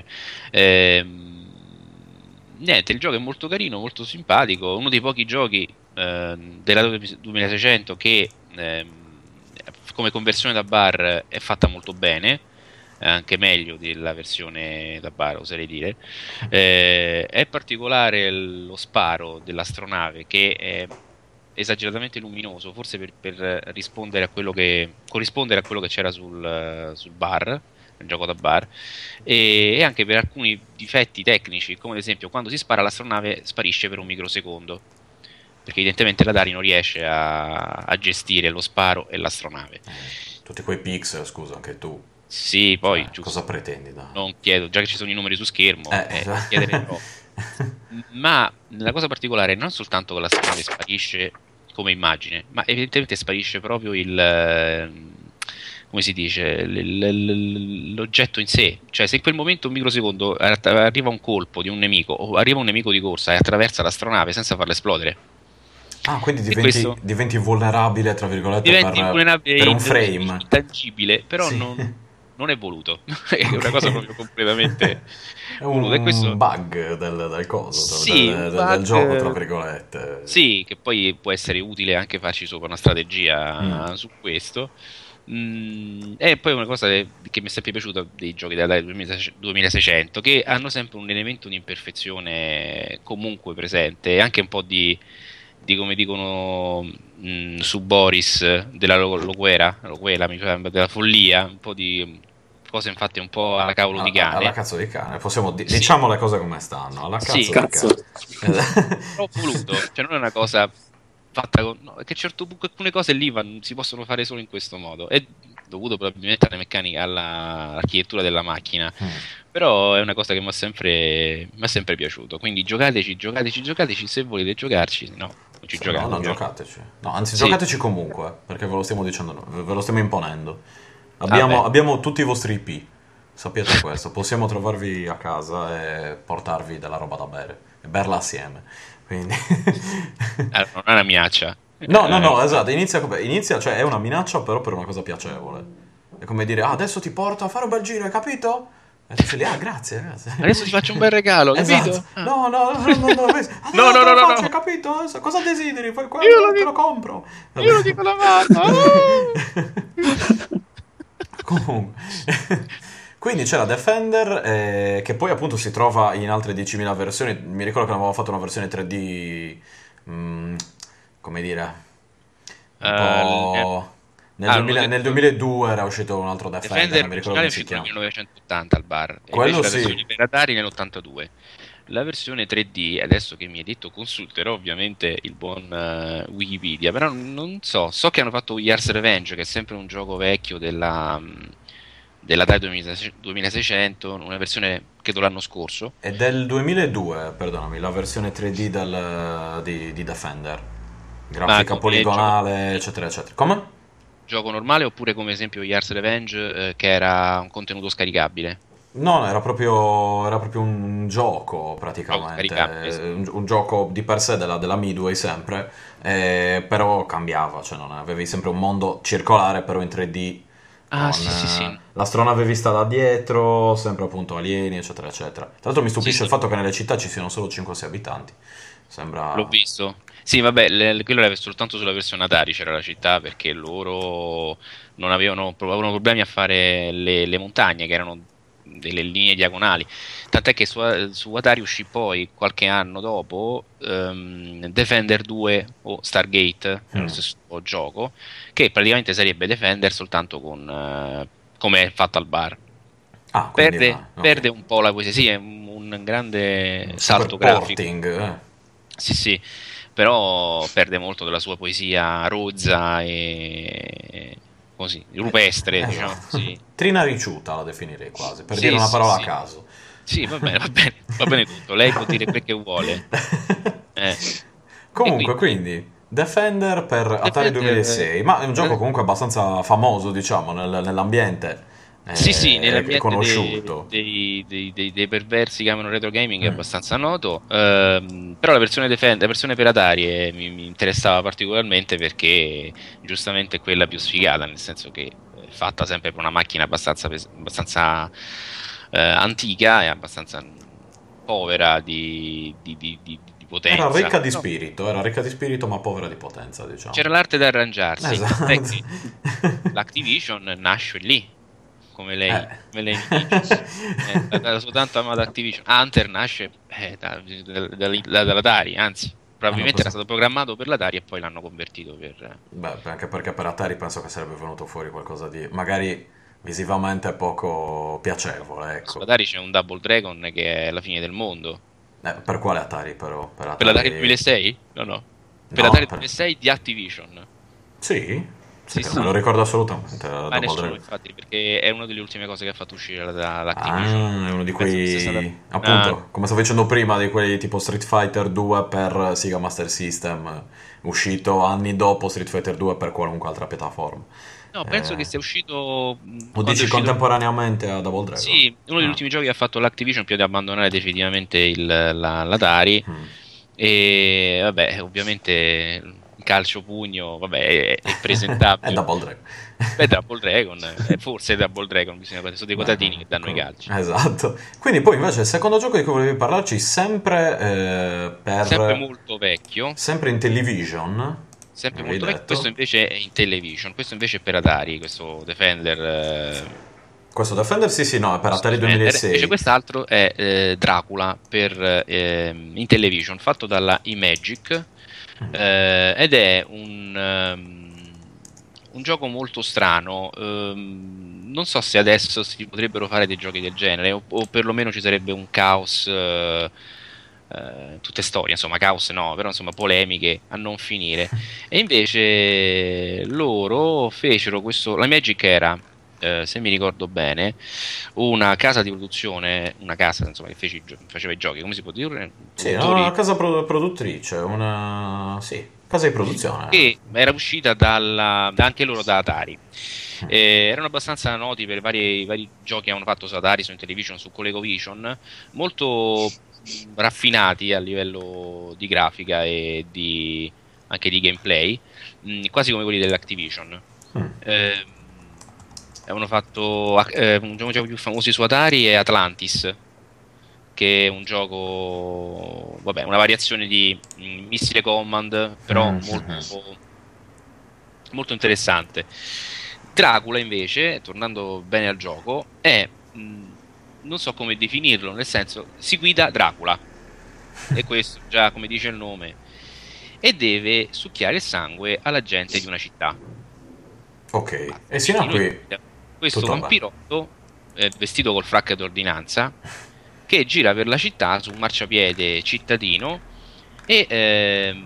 Niente, il gioco è molto carino, molto simpatico, uno dei pochi giochi della 2600 che come conversione da bar è fatta molto bene, anche meglio della versione da bar, oserei dire. È particolare lo sparo dell'astronave, che è esageratamente luminoso, forse per rispondere a corrispondere a quello che c'era sul bar, nel gioco da bar, e anche per alcuni difetti tecnici, come ad esempio quando si spara l'astronave sparisce per un microsecondo, perché evidentemente l'Atari non riesce a gestire lo sparo e l'astronave. Tutti quei pixel, scusa, anche tu. Sì, poi cosa pretendi? No? Non chiedo, già che ci sono i numeri su schermo, chiedere troppo. Ma la cosa particolare è non soltanto che l'astronave sparisce come immagine, ma evidentemente sparisce proprio come si dice, l'oggetto in sé. Cioè, se in quel momento, un microsecondo, arriva un colpo di un nemico o arriva un nemico di corsa e attraversa l'astronave senza farla esplodere, quindi diventi vulnerabile, tra virgolette, per un frame intangibile, però sì. non è voluto. È una cosa proprio completamente è un bug del coso, sì, del gioco, tra virgolette. Sì, che poi può essere utile anche farci sopra una strategia su questo. E poi una cosa che mi è sempre piaciuta dei giochi della 2600, che hanno sempre un elemento di imperfezione comunque presente, e anche un po' di come dicono su Boris della Loguera, mi sembra, della follia, un po' di cose infatti un po' alla cavolo di cane. Alla cazzo di cane, diciamo le cose come stanno, alla cazzo di cazzo. cane. Ho voluto, cioè non è una cosa fatta con... No, che certo alcune cose lì si possono fare solo in questo modo, è dovuto probabilmente alla meccanica, all'architettura della macchina, però è una cosa che mi ha sempre piaciuto, quindi giocateci, se volete giocarci, no, non ci giocate. No, non giocateci. No, anzi, giocateci comunque, perché ve lo stiamo dicendo noi, ve lo stiamo imponendo. Abbiamo tutti i vostri IP, sappiate questo, possiamo trovarvi a casa e portarvi della roba da bere e berla assieme. Quindi non è una minaccia. No, esatto, inizia, cioè è una minaccia però per una cosa piacevole. È come dire, adesso ti porto a fare un bel giro, hai capito? E tu sei lì, grazie. Adesso ti faccio un bel regalo, capito? Esatto. No, hai capito? Cosa desideri? Poi quello te lo compro. Io lo dico la mano. Comunque. Quindi c'era Defender, che poi appunto si trova in altre 10.000 versioni. Mi ricordo che avevamo fatto una versione 3D, come dire, un po'... Nel 2002 era uscito un altro Defender, non mi ricordo come si chiama. Nel 1980 al bar. Quello la versione per Atari nell'82. La versione 3D, adesso che mi hai detto, consulterò ovviamente il buon Wikipedia, però non so che hanno fatto Yars Revenge, che è sempre un gioco vecchio della Atari 2600, una versione credo l'anno scorso. È del 2002, perdonami, la versione 3D di Defender. Grafica poligonale, eccetera, eccetera. Come? Gioco normale oppure come esempio Yars Revenge, che era un contenuto scaricabile? No, era proprio un gioco praticamente, un gioco di per sé della Midway sempre, però cambiava, cioè non avevi sempre un mondo circolare però in 3D. Sì. L'astronave vista da dietro, sempre appunto alieni, eccetera, eccetera. Tra l'altro mi stupisce il fatto che nelle città ci siano solo 5-6 abitanti. Sembra... L'ho visto. Sì, vabbè, quello era soltanto sulla versione Atari c'era la città, perché loro avevano problemi a fare le montagne, che erano delle linee diagonali. Tant'è che su Atari uscì poi, qualche anno dopo, Defender 2 o Stargate, lo stesso gioco, che praticamente sarebbe Defender soltanto come è fatto al bar. Perde un po' la poesia, sì, è un grande salto grafico. Sì, però perde molto della sua poesia rozza e così, rupestre, diciamo così. Trinariciuta la definirei quasi, per dire una parola a caso. Sì, va bene tutto, lei può dire quel che vuole. Comunque, quindi Defender per Atari 2006, ma è un gioco comunque abbastanza famoso, diciamo, nell'ambiente. Sì, nell'ambiente conosciuto. dei perversi che amano retro gaming è abbastanza noto, però la versione Defender, la versione per Atari mi interessava particolarmente perché giustamente è quella più sfigata, nel senso che è fatta sempre per una macchina abbastanza antica e abbastanza povera di potenza. Era ricca di spirito, ma povera di potenza, diciamo. C'era l'arte da arrangiarsi. Esatto. L'Activision nasce lì, come lei dice. La sua tanto amata Activision. Hunter nasce dall'Atari, anzi probabilmente era stato programmato per l'Atari e poi l'hanno convertito per... Beh, anche perché per Atari penso che sarebbe venuto fuori qualcosa di magari visivamente poco piacevole, ecco. Su Atari c'è un Double Dragon che è la fine del mondo. Per quale Atari però? Per l'Atari 2006? No. Per l'Atari 2006 di Activision. Sì, non me lo ricordo assolutamente. Ma nessuno, infatti, perché è una delle ultime cose che ha fatto uscire l'Activision. È uno di quei, appunto, come stavo dicendo prima, di quelli tipo Street Fighter 2 per Sega Master System, uscito anni dopo Street Fighter 2 per qualunque altra piattaforma. No, penso che sia uscito... O dici contemporaneamente a Double Dragon? Sì, uno degli ultimi giochi che ha fatto l'Activision prima di abbandonare definitivamente l'Atari. E vabbè, ovviamente calcio pugno, vabbè, è presentabile. È Double Dragon. È Double Dragon, forse è Double Dragon, bisogna vedere, sono dei quadratini che danno i calci. Esatto. Quindi poi invece il secondo gioco di cui volevi parlarci sempre molto vecchio. Sempre in Television. Sempre molto vecchio. Questo invece è in Television, questo invece è per Atari, questo Defender. Questo Defender sì, no, è per Atari 2006. Invece quest'altro è Dracula in Television, fatto dalla Imagic, ed è un gioco molto strano. Non so se adesso si potrebbero fare dei giochi del genere, o perlomeno ci sarebbe un caos, tutte storie, insomma, caos no, però insomma polemiche a non finire. E invece loro fecero questo. La Magic era, se mi ricordo bene, una casa di produzione, una casa insomma che faceva i giochi, come si può dire? Sì, no, una casa produttrice, sì, casa di produzione. Che era uscita anche loro da Atari. Erano abbastanza noti per vari giochi che hanno fatto su Atari, su Intellivision, su ColecoVision, molto raffinati a livello di grafica e anche di gameplay, quasi come quelli dell'Activision. Avevano fatto un gioco più famosi su Atari è Atlantis, che è un gioco, vabbè, una variazione di Missile Command, però molto interessante. Dracula invece, tornando bene al gioco, è non so come definirlo, nel senso si guida Dracula, e questo già come dice il nome, e deve succhiare il sangue alla gente di una città. Ok, e sino a qui questo vampirotto vestito col fracco d'ordinanza che gira per la città su un marciapiede cittadino, e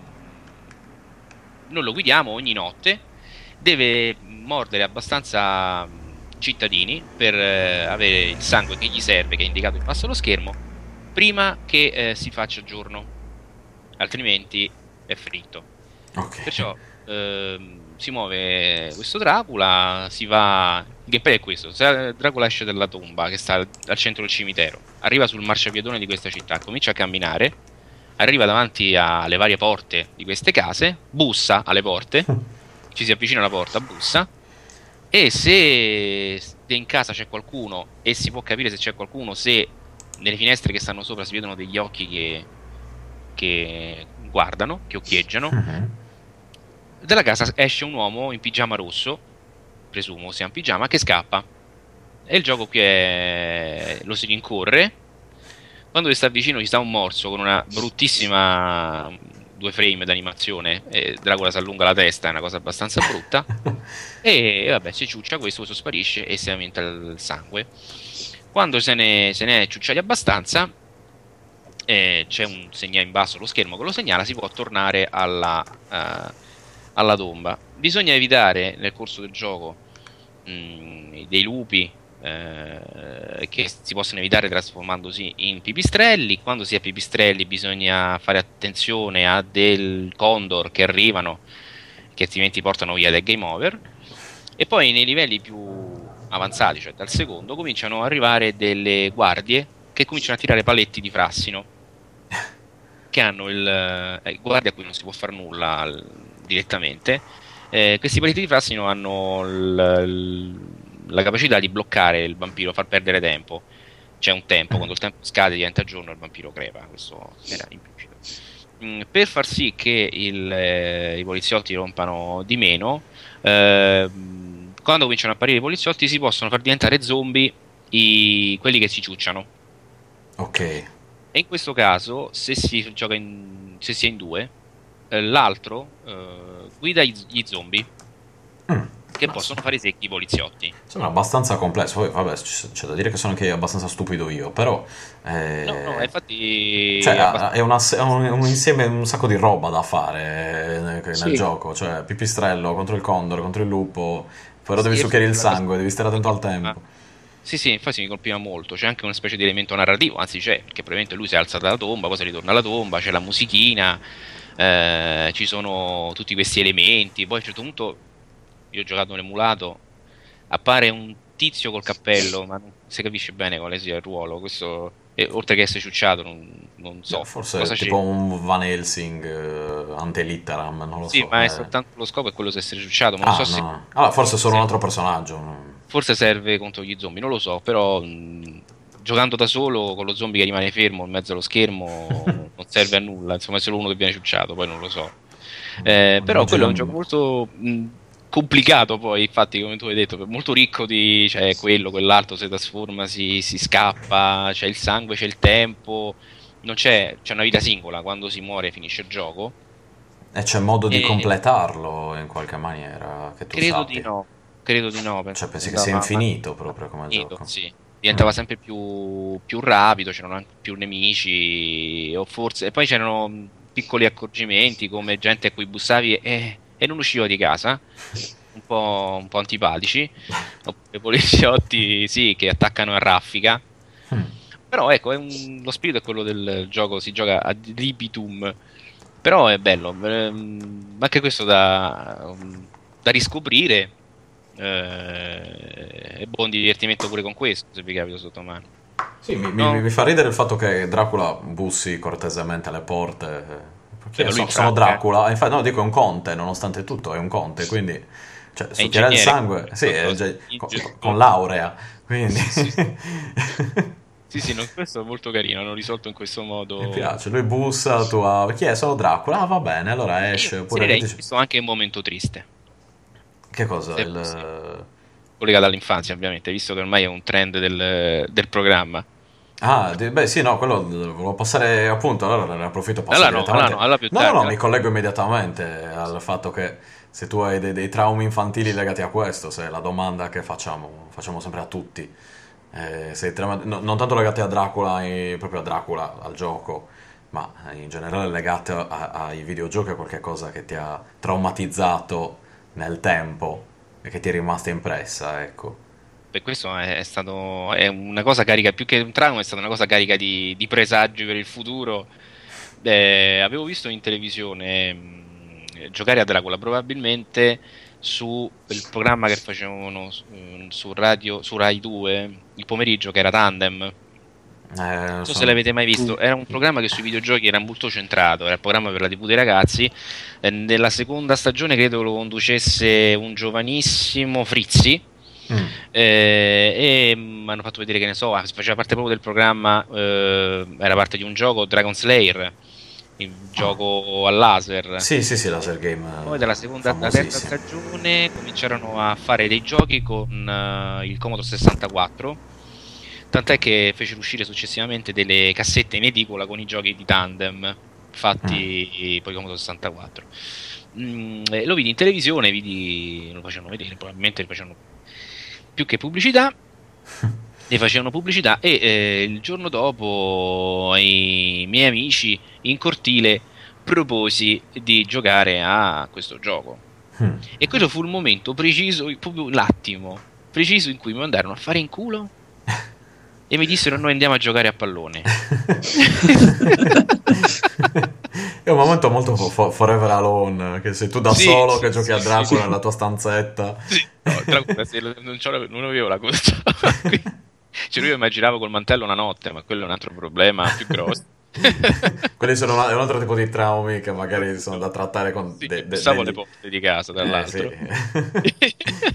noi lo guidiamo ogni notte. Deve mordere abbastanza cittadini per avere il sangue che gli serve, che è indicato in basso allo schermo, prima che si faccia giorno, altrimenti è fritto. Okay. Perciò si muove questo Dracula, si va. Il gameplay è questo: se Dracula esce dalla tomba che sta al centro del cimitero, arriva sul marciapiedone di questa città, comincia a camminare, arriva davanti alle varie porte di queste case, bussa alle porte, ci si avvicina alla porta, bussa, e se in casa c'è qualcuno, e si può capire se c'è qualcuno se nelle finestre che stanno sopra si vedono degli occhi che guardano, che occhieggiano. Dalla casa esce un uomo in pigiama rosso, presumo sia un pigiama, che scappa, e il gioco qui lo si rincorre. Quando si sta vicino ci sta un morso con una bruttissima 2 frame d'animazione, e Dracula si allunga la testa, è una cosa abbastanza brutta, e vabbè, si ciuccia questo sparisce e si aumenta il sangue. Quando se ne è ciucciati abbastanza, c'è un segnale in basso allo schermo che lo segnala, si può tornare alla tomba. Bisogna evitare nel corso del gioco dei lupi che si possono evitare trasformandosi in pipistrelli. Quando si è pipistrelli bisogna fare attenzione a del condor che arrivano, che altrimenti portano via del game over. E poi nei livelli più avanzati, cioè dal secondo, cominciano ad arrivare delle guardie che cominciano a tirare paletti di frassino, che hanno guardie a cui non si può fare nulla direttamente. Questi paletti di frassino hanno la capacità di bloccare il vampiro, far perdere tempo. C'è un tempo, quando il tempo scade diventa giorno, il vampiro crepa. Questo era implicito. Per far sì che i poliziotti rompano di meno, quando cominciano a apparire i poliziotti si possono far diventare zombie quelli che si ciucciano. Ok. E in questo caso, se si gioca se si è in 2, l'altro guida gli zombie che possono fare i secchi i poliziotti. Sembra abbastanza complesso. Poi vabbè, c'è da dire che sono anche abbastanza stupido io, però no, infatti cioè, è un insieme, un sacco di roba da fare nel gioco, cioè pipistrello contro il condor, contro il lupo, però devi succhiare il sangue, devi stare attento al tempo. Sì, infatti mi colpiva molto. C'è anche una specie di elemento narrativo, anzi c'è, perché probabilmente lui si è alzato dalla tomba, poi si ritorna alla tomba, c'è la musichina, ci sono tutti questi elementi. Poi a un certo punto, io ho giocato un emulato, appare un tizio col cappello, ma non si capisce bene quale sia il ruolo. Questo, oltre che essere ciucciato, non so. Forse è tipo un Van Helsing ante litteram, non lo so. Sì, ma è soltanto lo scopo è quello di essere ciucciato, ma non so se... Allora, forse è solo un altro personaggio. Forse serve contro gli zombie, non lo so, però giocando da solo con lo zombie che rimane fermo in mezzo allo schermo non serve a nulla, insomma è solo uno che viene ciucciato, poi non lo so. Però quello è un gioco molto complicato, poi infatti come tu hai detto, molto ricco di, cioè quello, quell'altro si trasforma, si scappa, c'è il sangue, c'è il tempo, non c'è una vita singola, quando si muore finisce il gioco. E c'è modo di completarlo in qualche maniera, che tu credo sappi? di no. Credo di no. Cioè, pensi che sia infinito proprio come gioco? Sì. Diventava sempre più rapido, c'erano anche più nemici, o forse. E poi c'erano piccoli accorgimenti, come gente a cui bussavi e non usciva di casa, un po' antipatici, oppure poliziotti, sì, che attaccano a raffica. Però ecco, lo spirito è quello del gioco, si gioca ad libitum. Però è bello, anche questo da riscoprire. È buon divertimento pure con questo, se vi capita sotto mano. Sì, mi fa ridere il fatto che Dracula bussi cortesemente alle porte. Sono Dracula, infatti no, dico è un conte, nonostante tutto è un conte, quindi cioè, succhiare il sangue, sì, con laurea, quindi... Sì, no, questo è molto carino, hanno risolto in questo modo. Mi piace, lui bussa, chi è? Sono Dracula, ah va bene, allora esce. Oppure questo anche un momento triste. Che cosa? Collegato all'infanzia, ovviamente, visto che ormai è un trend del programma. Beh sì, no, quello volevo passare appunto, allora ne approfitto per passare direttamente. No, mi collego immediatamente al fatto che se tu hai dei traumi infantili legati a questo, se è la domanda che facciamo sempre a tutti. Non tanto legate a Dracula, proprio a Dracula, al gioco, ma in generale legate ai videogiochi, a qualche cosa che ti ha traumatizzato nel tempo e che ti è rimasta impressa, ecco. Per questo è una cosa carica, più che un trauma, è stata una cosa carica di presagi per il futuro. Avevo visto in televisione giocare a Dracula, probabilmente su il programma che facevano su Rai 2 il pomeriggio, che era Tandem. Non so se l'avete mai visto. Era un programma che sui videogiochi era molto centrato, era il programma per la TV dei ragazzi. Nella seconda stagione credo lo conducesse un giovanissimo Frizzi. E mi hanno fatto vedere, che ne so, faceva parte proprio del programma, era parte di un gioco, Dragon Slayer, il gioco a laser. Sì, laser game. Poi dalla la terza stagione cominciarono a fare dei giochi con il Commodore 64, tant'è che fecero uscire successivamente delle cassette in edicola con i giochi di Tandem fatti poi Commodore 64. Lo vidi in televisione, lo facevano vedere, probabilmente facevano più che pubblicità, ne facevano pubblicità, e il giorno dopo ai miei amici in cortile proposi di giocare a questo gioco. E quello fu il momento preciso, proprio l'attimo preciso in cui mi mandarono a fare in culo e mi dissero: noi andiamo a giocare a pallone. È un momento molto Forever Alone, che sei tu da solo che giochi a Dracula nella tua stanzetta. No, Dracula, non avevo la cosa. Cioè, io immaginavo col mantello una notte, ma quello è un altro problema più grosso. Quelli sono un altro tipo di traumi che magari sono da trattare con passavo le porte di casa, tra l'altro. Sì.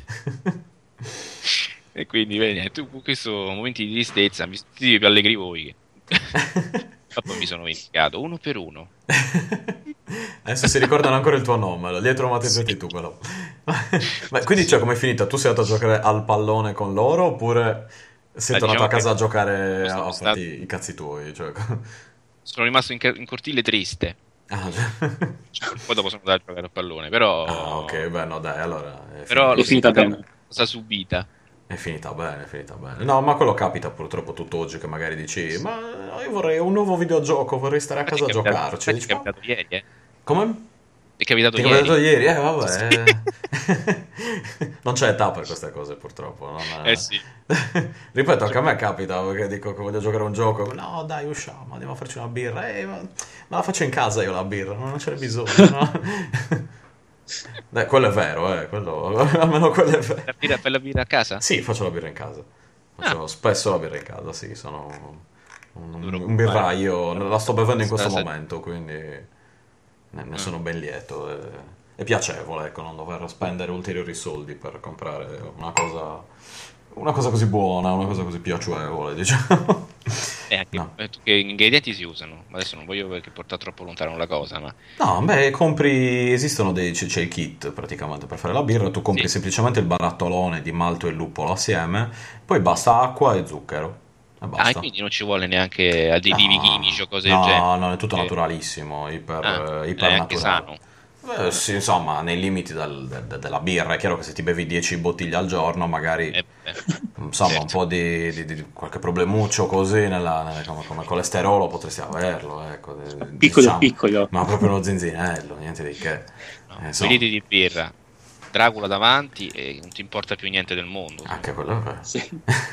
E quindi vedi, tu con questo momenti di tristezza mi sentite più allegri voi. Poi mi sono vendicato uno per uno. Adesso si ricordano ancora il tuo nome, li hai traumatizzati tu però. Ma quindi cioè, com'è finita? Tu sei andato a giocare al pallone con loro, oppure sei tornato a casa a giocare a farti i cazzi tuoi? Cioè... Sono rimasto in cortile triste. Poi dopo sono andato a giocare a pallone, però... ok, beh, no dai, allora... È finita bene. Cosa subita. È finita bene. No, ma quello capita purtroppo tutt'oggi, che magari dici: ma io vorrei un nuovo videogioco, vorrei stare a casa a giocarci. È capitato ieri, Come? È capitato ieri. Vabbè. Sì. Non c'è età per queste cose, purtroppo. Sì. Ripeto, anche a me capita, perché dico che voglio giocare a un gioco. No, dai, usciamo, andiamo a farci una birra. Ma la faccio in casa io la birra, non c'è bisogno, no? Quello è vero, quello, almeno quello è vero. Fai la birra a casa? Sì, faccio la birra in casa. Faccio spesso la birra in casa, sì, sono un birraio, la sto bevendo in questo momento, quindi ne sono ben lieto. È piacevole, ecco, non dover spendere ulteriori soldi per comprare una cosa così buona, una cosa così piacevole, diciamo. Che ingredienti si usano? Adesso non voglio perché porta troppo lontano la cosa, ma... No, beh, esistono c'è il kit praticamente per fare la birra, tu compri semplicemente il barattolone di malto e luppolo assieme, poi basta acqua e zucchero. E basta. E quindi non ci vuole neanche aditivi chimici o cose del genere? No, è tutto naturalissimo, iper naturale. sano. Sì, insomma, nei limiti della birra. È chiaro che se ti bevi 10 bottiglie al giorno, magari insomma, certo. un po' di qualche problemuccio così come colesterolo potresti averlo, ecco, Piccolo, diciamo. piccolo. Ma proprio uno zinzinello, niente di che. No, 2 Insomma, litri di birra, Dracula davanti e non ti importa più niente del mondo. anche quello è vero. Sì.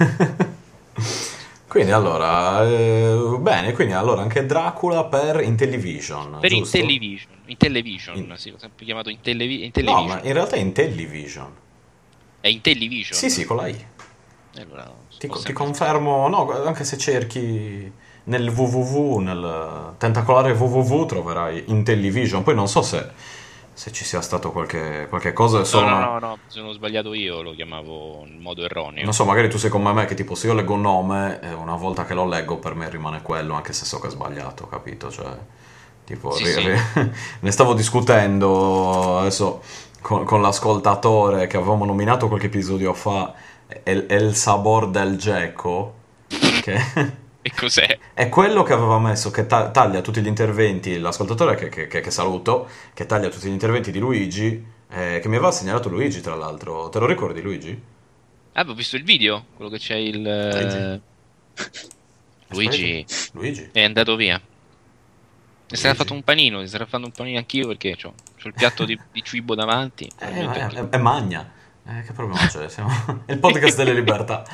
Quindi allora, bene, quindi allora anche Dracula per Intellivision, Per giusto? Intellivision, sì, ho sempre chiamato No, Intellivision. ma in realtà è Intellivision. È Intellivision? Sì, con la I. Allora, Ti confermo, no, anche se cerchi nel www, nel tentacolare www troverai Intellivision. Poi non so se ci sia stato qualche cosa, è solo No, sono sbagliato io, lo chiamavo in modo erroneo. non so, magari tu sei come me che tipo se io leggo un nome e una volta che lo leggo per me rimane quello, anche se so che è sbagliato, capito? Cioè, tipo, Sì. ne stavo discutendo adesso con l'ascoltatore che avevamo nominato qualche episodio fa, El Sabor del Gecko, che E cos'è? è quello che aveva messo, che taglia tutti gli interventi, l'ascoltatore che saluto, che taglia tutti gli interventi di Luigi, che mi aveva segnalato Luigi tra l'altro. Te lo ricordi Luigi? Ah, ho visto il video, quello che c'è il... Luigi Luigi? è andato via. Si sarà Luigi? fatto un panino, si sarà fatto un panino anch'io perché c'ho il piatto di cibo davanti. È magna. Che problema c'è? È il podcast delle libertà.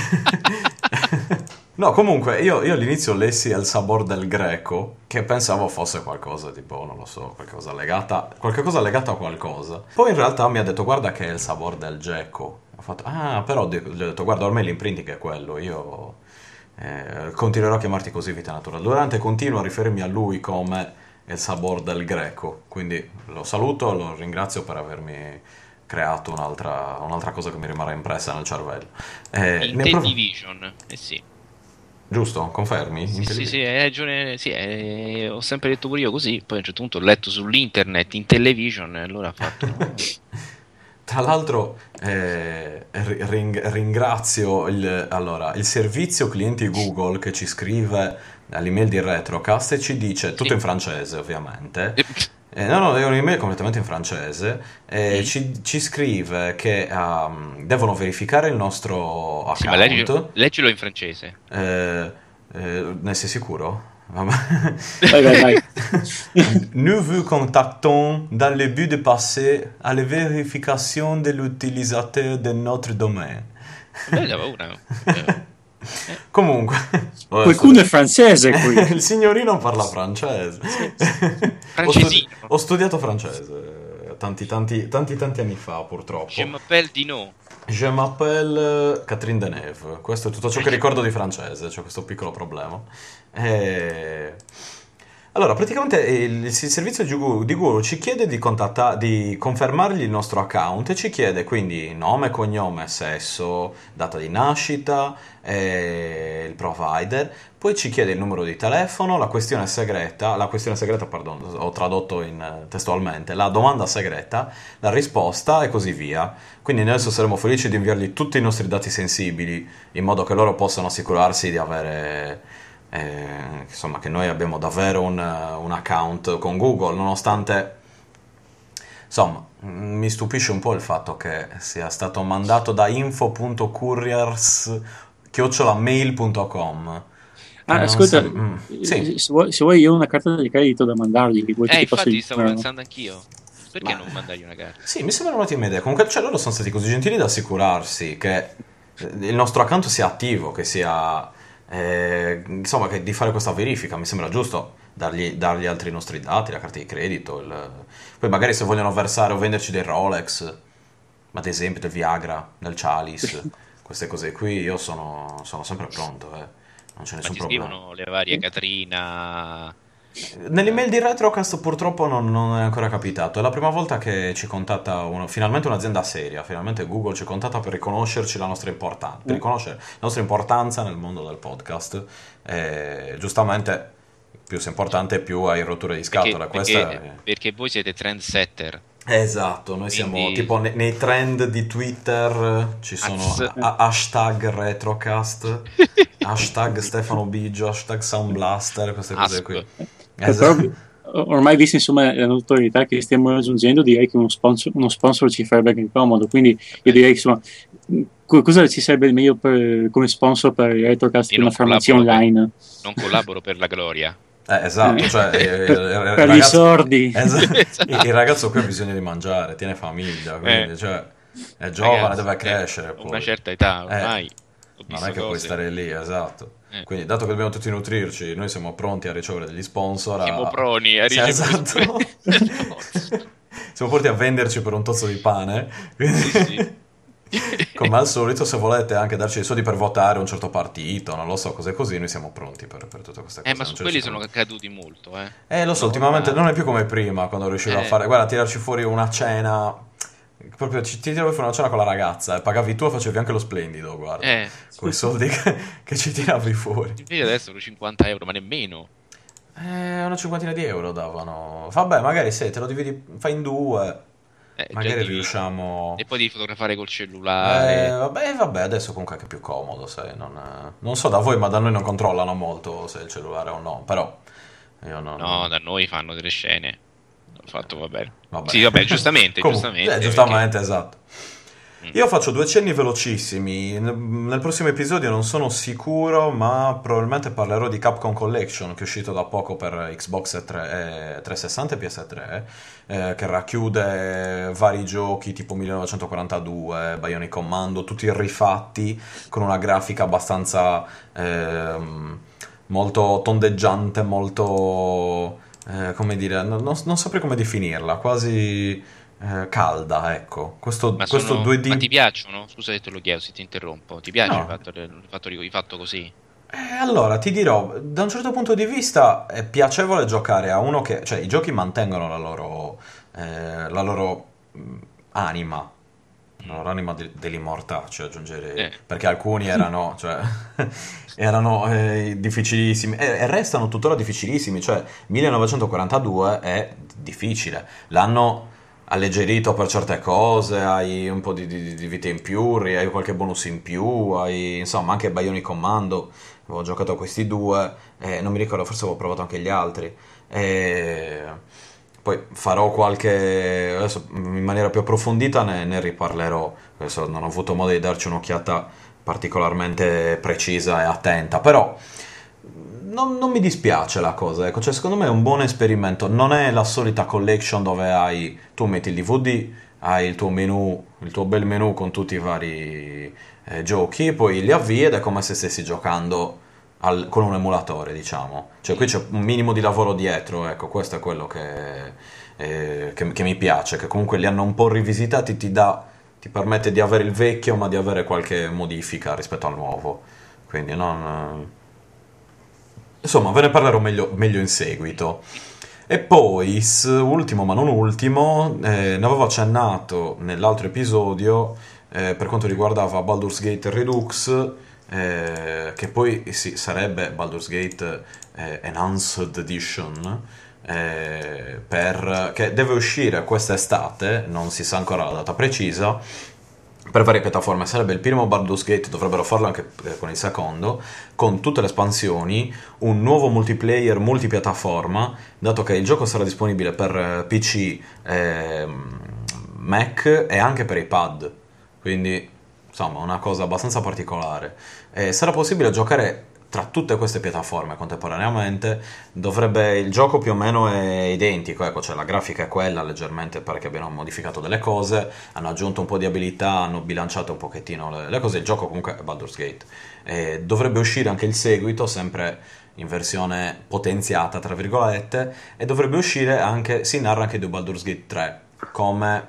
No, comunque, io all'inizio lessi El Sabor del Greco, che pensavo fosse qualcosa, tipo, non lo so, qualcosa legata a qualcosa. Poi in realtà mi ha detto, guarda che è El Sabor del Gecko. Ho fatto, però gli ho detto, guarda, ormai l'imprinting è quello, io continuerò a chiamarti così Vita Naturale. Durante continuo a riferirmi a lui come El Sabor del Greco, quindi lo saluto e lo ringrazio per avermi creato un'altra cosa che mi rimarrà impressa nel cervello. Intellivision, sì. Giusto? Confermi? Sì, hai ragione. Sì, ho sempre detto pure io così. Poi a un certo punto ho letto sull'internet Intellivision e allora ho fatto. Tra l'altro ringrazio il servizio clienti Google che ci scrive all'email di Retrocast e ci dice, tutto in francese ovviamente, no, è un'email completamente in francese, ci scrive che devono verificare il nostro account. Sì, ma leggilo in francese. Ne sei sicuro? Vai. Nous vous contactons dans le but de passer à la vérification de l'utilisateur de notre domaine. Bella paura. Comunque, qualcuno è francese qui. Il signorino parla francese. Francesino. Ho studiato francese tanti anni fa, purtroppo. Je m'appelle Dino. Je m'appelle Catherine Deneuve. Questo è tutto ciò che ricordo di francese, c'è questo piccolo problema. Allora, praticamente il servizio di Google ci chiede di confermargli il nostro account e ci chiede quindi nome, cognome, sesso, data di nascita, il provider, poi ci chiede il numero di telefono, la questione segreta, pardon, ho tradotto testualmente, la domanda segreta, la risposta e così via. Quindi noi adesso saremo felici di inviargli tutti i nostri dati sensibili in modo che loro possano assicurarsi di avere... insomma, che noi abbiamo davvero un account con Google, nonostante insomma mi stupisce un po' il fatto che sia stato mandato da info.couriers@mail.com. Ascolta, sì. se vuoi io ho una carta di credito da mandargli. Infatti stavo pensando anch'io. Perché non mandargli una carta? Sì, mi sembra un'ottima idea. Comunque, loro sono stati così gentili da assicurarsi che il nostro account sia attivo, che sia... insomma, che di fare questa verifica mi sembra giusto dargli altri nostri dati, la carta di credito, poi magari se vogliono versare o venderci dei Rolex, ad esempio del Viagra, del Chalice, queste cose qui, io sono sempre pronto, non c'è nessun problema. Ma ti scrivono le varie Catrina... Nell'email di Retrocast purtroppo non è ancora capitato. È la prima volta che ci contatta finalmente un'azienda seria. Finalmente Google ci contatta per riconoscerci la nostra importanza, per riconoscere la nostra importanza nel mondo del podcast. E, giustamente, più sei importante, più hai rotture di scatole. Perché voi siete trendsetter. Esatto, noi siamo tipo nei trend di Twitter ci sono hashtag Retrocast, hashtag Stefano Biggio, hashtag Soundblaster, queste cose qui. Esatto. ormai vista insomma la notorietà che stiamo raggiungendo, direi che uno sponsor ci farebbe anche comodo, quindi io direi che insomma cosa ci sarebbe meglio come sponsor per Retrocast che una farmacia online? Non collaboro per la gloria. Esatto, cioè per gli sordi. Il ragazzo qui ha bisogno di mangiare, tiene famiglia, quindi cioè, è giovane, deve crescere. Poi. Una certa età ormai. Non è che puoi stare lì, esatto. Quindi, dato che dobbiamo tutti nutrirci, noi siamo pronti a ricevere degli sponsor. Siamo pronti a ricevere esatto. Siamo pronti a venderci per un tozzo di pane. Quindi... sì. Come al solito, se volete anche darci i soldi per votare un certo partito, non lo so, cose così, noi siamo pronti per tutte queste cose. Ma su quelli sono caduti molto, lo so, ultimamente non è più come prima, quando riuscivo a fare, guarda, tirarci fuori una cena, proprio ti tiravi fuori una cena con la ragazza, pagavi tu e facevi anche lo splendido, guarda, con i soldi che ci tiravi fuori. Invece adesso sono 50 euro, ma nemmeno. Una cinquantina di euro davano. Vabbè, magari se te lo dividi, fai in due... magari riusciamo. E poi di fotografare col cellulare. Vabbè, adesso comunque è anche più comodo, sai. Non so da voi, ma da noi non controllano molto se il cellulare o no. Però io non. No, da noi fanno delle scene. Ho fatto, vabbè. Sì, vabbè, giustamente. Giustamente, perché... esatto. Io faccio due cenni velocissimi. Nel prossimo episodio non sono sicuro, ma probabilmente parlerò di Capcom Collection, che è uscito da poco per Xbox 360 e PS3, che racchiude vari giochi tipo 1942, Bionic Commando, tutti rifatti con una grafica abbastanza molto tondeggiante, molto come dire, non saprei come definirla, quasi calda, ecco. Questo 2D. Ma ti piacciono? Scusa se te lo chiedo, se ti interrompo. Ti piace il fatto così? Allora, ti dirò, da un certo punto di vista è piacevole giocare a uno che... Cioè, i giochi mantengono la loro anima. La loro anima dell'immortaccia, aggiungerei. Perché alcuni erano... cioè, erano difficilissimi. E restano tuttora difficilissimi. Cioè, 1942 è difficile. L'hanno... alleggerito per certe cose, hai un po' di vite in più, hai qualche bonus in più, hai insomma anche Bionic Commando, avevo giocato a questi due, non mi ricordo, forse avevo provato anche gli altri, poi farò qualche, adesso in maniera più approfondita ne riparlerò, adesso non ho avuto modo di darci un'occhiata particolarmente precisa e attenta, però... Non mi dispiace la cosa, ecco, cioè secondo me è un buon esperimento, non è la solita collection dove tu metti il DVD, hai il tuo menu, il tuo bel menu con tutti i vari giochi, poi li avvii ed è come se stessi giocando con un emulatore, diciamo, cioè qui c'è un minimo di lavoro dietro, ecco, questo è quello che mi piace, che comunque li hanno un po' rivisitati, ti permette di avere il vecchio ma di avere qualche modifica rispetto al nuovo, quindi non... Insomma, ve ne parlerò meglio in seguito. E poi, ultimo ma non ultimo, ne avevo accennato nell'altro episodio per quanto riguardava Baldur's Gate Redux, che poi sarebbe Baldur's Gate Enhanced Edition, che deve uscire quest'estate, non si sa ancora la data precisa, per varie piattaforme. Sarebbe il primo Baldur's Gate, dovrebbero farlo anche con il secondo, con tutte le espansioni, un nuovo multiplayer multipiattaforma, dato che il gioco sarà disponibile per PC, Mac e anche per iPad, quindi insomma una cosa abbastanza particolare. Sarà possibile giocare tra tutte queste piattaforme contemporaneamente. Il gioco più o meno è identico, ecco, cioè la grafica è quella, leggermente pare che abbiano modificato delle cose, hanno aggiunto un po' di abilità, hanno bilanciato un pochettino le cose, il gioco comunque è Baldur's Gate. Dovrebbe uscire anche il seguito, sempre in versione potenziata, tra virgolette, e dovrebbe uscire anche, si narra anche di Baldur's Gate 3, come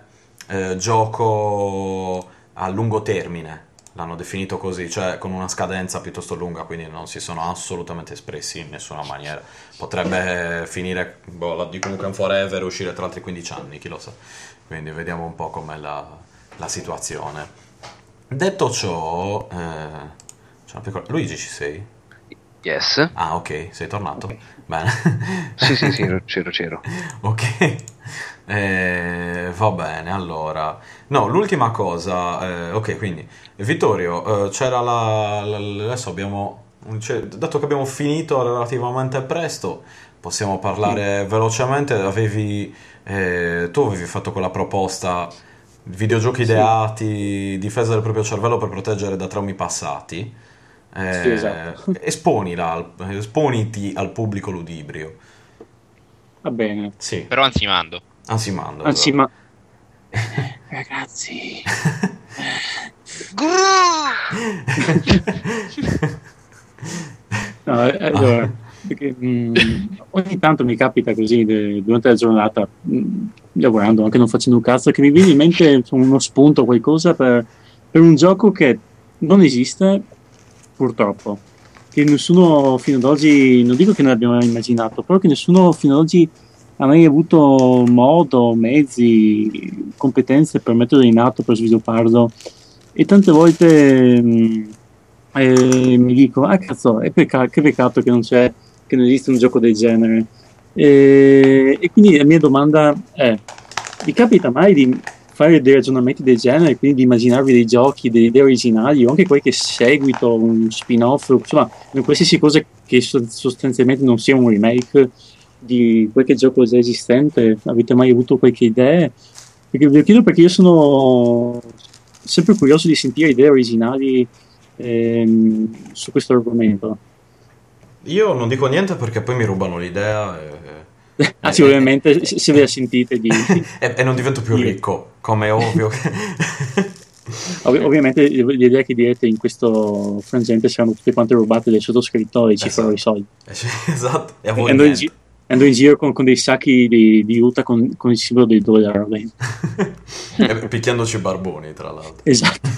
gioco a lungo termine. L'hanno definito così, cioè con una scadenza piuttosto lunga, quindi non si sono assolutamente espressi in nessuna maniera. Potrebbe finire, di comunque un forever, uscire tra altri 15 anni, chi lo sa. Quindi vediamo un po' com'è la situazione. Detto ciò, Luigi, ci sei? Yes. Ah, ok, sei tornato. Okay. Bene. Sì, c'ero. Ok. Va bene, allora. No, l'ultima cosa. Ok, quindi Vittorio, c'era adesso dato che abbiamo finito relativamente presto, possiamo parlare velocemente. Tu avevi fatto quella proposta, videogiochi ideati, difesa del proprio cervello per proteggere da traumi passati. Sì, esatto. Esponiti al pubblico ludibrio. Va bene. Sì. Però ansimando. Ansimando, Anzi, esatto. ma ragazzi, no, allora, perché, ogni tanto mi capita così durante la giornata, lavorando, anche non facendo un cazzo, che mi viene in mente uno spunto, qualcosa per un gioco che non esiste, purtroppo, che nessuno fino ad oggi, non dico che non abbiamo mai immaginato, però che nessuno fino ad oggi ha mai avuto modo, mezzi, competenze per metterlo in atto, per svilupparlo. E tante volte mi dico, ah cazzo, che peccato che che non esiste un gioco del genere. E quindi la mia domanda è, vi capita mai di fare dei ragionamenti del genere, quindi di immaginarvi dei giochi, delle idee originali, o anche qualche seguito, un spin-off, insomma, qualsiasi cosa che sostanzialmente non sia un remake di qualche gioco già esistente? Avete mai avuto qualche idea? Perché ve lo chiedo perché io sono sempre curioso di sentire idee originali su questo argomento. Io non dico niente perché poi mi rubano l'idea Anzi, ovviamente, se ve la sentite e non divento più ricco, come è ovvio. Ovviamente le idee che direte in questo frangente saranno tutte quante rubate dai sottoscrittori e ci farò i soldi. Esatto, e a voi andò in giro con dei sacchi di Utah con il simbolo del dollaro. E picchiandoci barboni, tra l'altro. Esatto.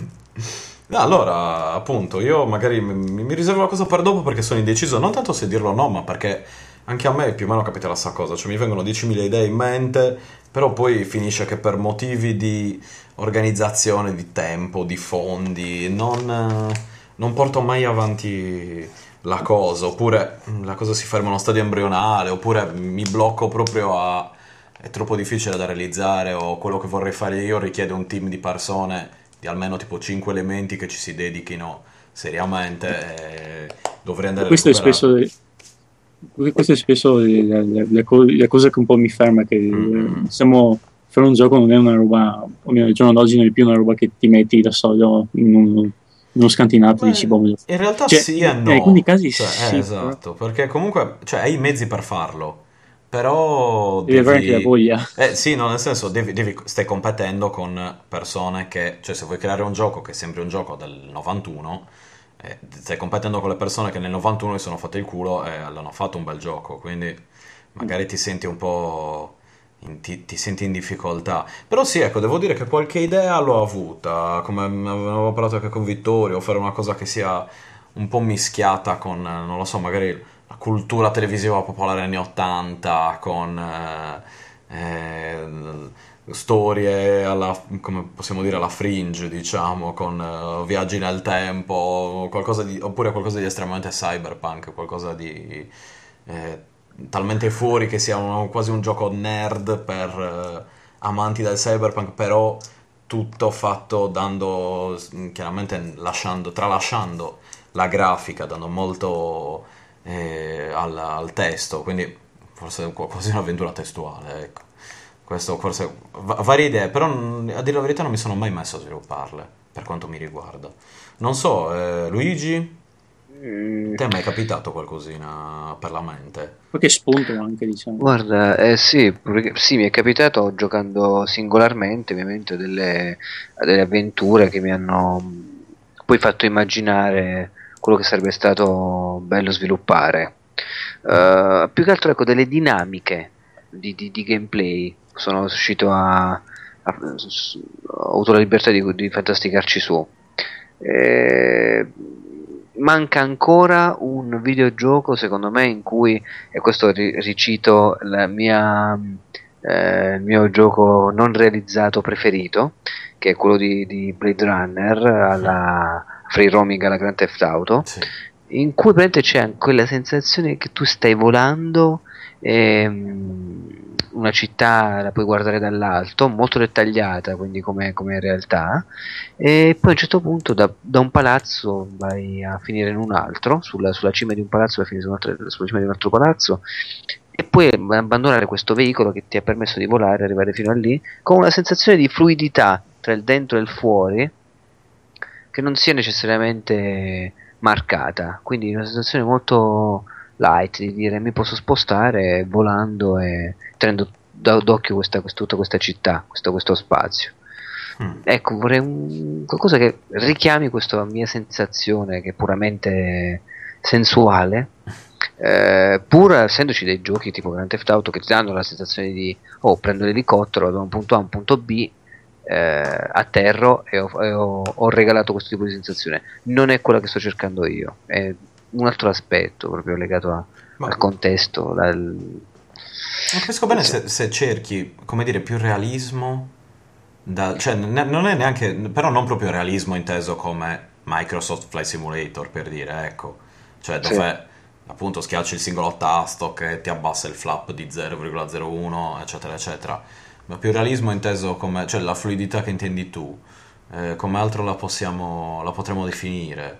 Allora, appunto, io magari mi riservo la cosa per dopo perché sono indeciso, non tanto se dirlo o no, ma perché anche a me più o meno capita la stessa cosa, cioè mi vengono 10.000 idee in mente, però poi finisce che per motivi di organizzazione, di tempo, di fondi, non porto mai avanti la cosa, oppure la cosa si ferma a uno stadio embrionale, oppure mi blocco proprio a è troppo difficile da realizzare, o quello che vorrei fare io richiede un team di persone di almeno tipo 5 elementi che ci si dedichino seriamente e dovrei andare a recuperare. Questa è spesso la cosa che un po' mi ferma, che fare un gioco non è una roba, o almeno al giorno d'oggi non è più una roba che ti metti da solo in uno scantinato e dici, boh, in realtà cioè, sì e no. In alcuni casi sì, esatto, perché comunque hai i mezzi per farlo, però devi avere anche la voglia. Sì, no, nel senso stai competendo con persone che, cioè se vuoi creare un gioco che sembri un gioco del 91, stai competendo con le persone che nel 91 si sono fatte il culo e l'hanno fatto un bel gioco, quindi magari ti senti un po' ti senti in difficoltà. Però sì, ecco, devo dire che qualche idea l'ho avuta, come avevo parlato anche con Vittorio, fare una cosa che sia un po' mischiata con, non lo so, magari la cultura televisiva popolare anni 80, con storie come possiamo dire, alla Fringe, diciamo, con viaggi nel tempo, oppure qualcosa di estremamente cyberpunk, qualcosa di talmente fuori che sia quasi un gioco nerd per amanti del cyberpunk, però tutto fatto chiaramente tralasciando la grafica, dando molto al testo, quindi forse quasi un'avventura testuale, ecco. Questo forse varie idee, però a dire la verità non mi sono mai messo a svilupparle per quanto mi riguarda. Non so, Luigi, te è mai capitato qualcosina per la mente? Qualche spunto anche, diciamo. Guarda, sì, mi è capitato giocando singolarmente, ovviamente, delle avventure che mi hanno poi fatto immaginare quello che sarebbe stato bello sviluppare. Più che altro, ecco, delle dinamiche di gameplay. Sono riuscito ho avuto la libertà di fantasticarci su. Manca ancora un videogioco, secondo me, in cui, e questo ricito il mio gioco non realizzato preferito, che è quello di Blade Runner alla free roaming alla Grand Theft Auto, sì, in cui praticamente c'è quella sensazione che tu stai volando, una città la puoi guardare dall'alto, molto dettagliata, quindi come in realtà, e poi a un certo punto da un palazzo vai a finire in un altro, sulla cima di un palazzo vai a finire sulla cima di un altro palazzo, e puoi abbandonare questo veicolo che ti ha permesso di volare, arrivare fino a lì, con una sensazione di fluidità tra il dentro e il fuori, che non sia necessariamente marcata, quindi una sensazione molto light di dire mi posso spostare volando e tenendo d'occhio tutta questa città, questo spazio. Ecco, vorrei qualcosa che richiami questa mia sensazione che è puramente sensuale, pur essendoci dei giochi tipo Grand Theft Auto che ti danno la sensazione di prendo l'elicottero, vado da un punto A a un punto B, atterro e ho regalato questo tipo di sensazione. Non è quella che sto cercando io, è un altro aspetto proprio legato al contesto. Non capisco bene se cerchi, come dire, più realismo, cioè non è neanche, però non proprio realismo inteso come Microsoft Flight Simulator, per dire, ecco, cioè dove appunto schiacci il singolo tasto che ti abbassa il flap di 0,01 eccetera eccetera, ma più realismo inteso come, cioè la fluidità che intendi tu, come altro la potremmo definire,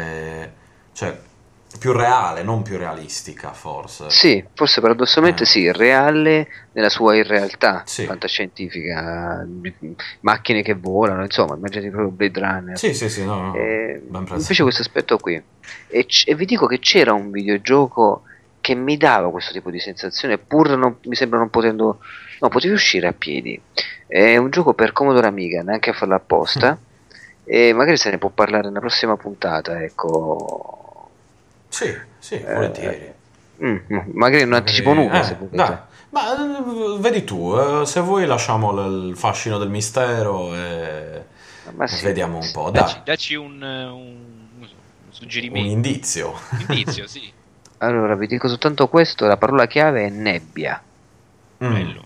cioè più reale, non più realistica, forse. Sì, forse paradossalmente sì, reale nella sua irrealtà fantascientifica, macchine che volano, insomma, immaginate proprio Blade Runner. Sì, no, ben preso. Invece questo aspetto qui. E vi dico che c'era un videogioco che mi dava questo tipo di sensazione, pur mi sembra non potendo... No, potevi uscire a piedi. È un gioco per Commodore Amiga, neanche a farlo apposta, e magari se ne può parlare nella prossima puntata, ecco... Sì, volentieri. Magari non anticipo nulla, se volete. Ma vedi tu, se vuoi lasciamo il fascino del mistero e vediamo un po'. Dacci un suggerimento. Un indizio. Indizio, sì. Allora, vi dico soltanto questo, la parola chiave è nebbia. Bello.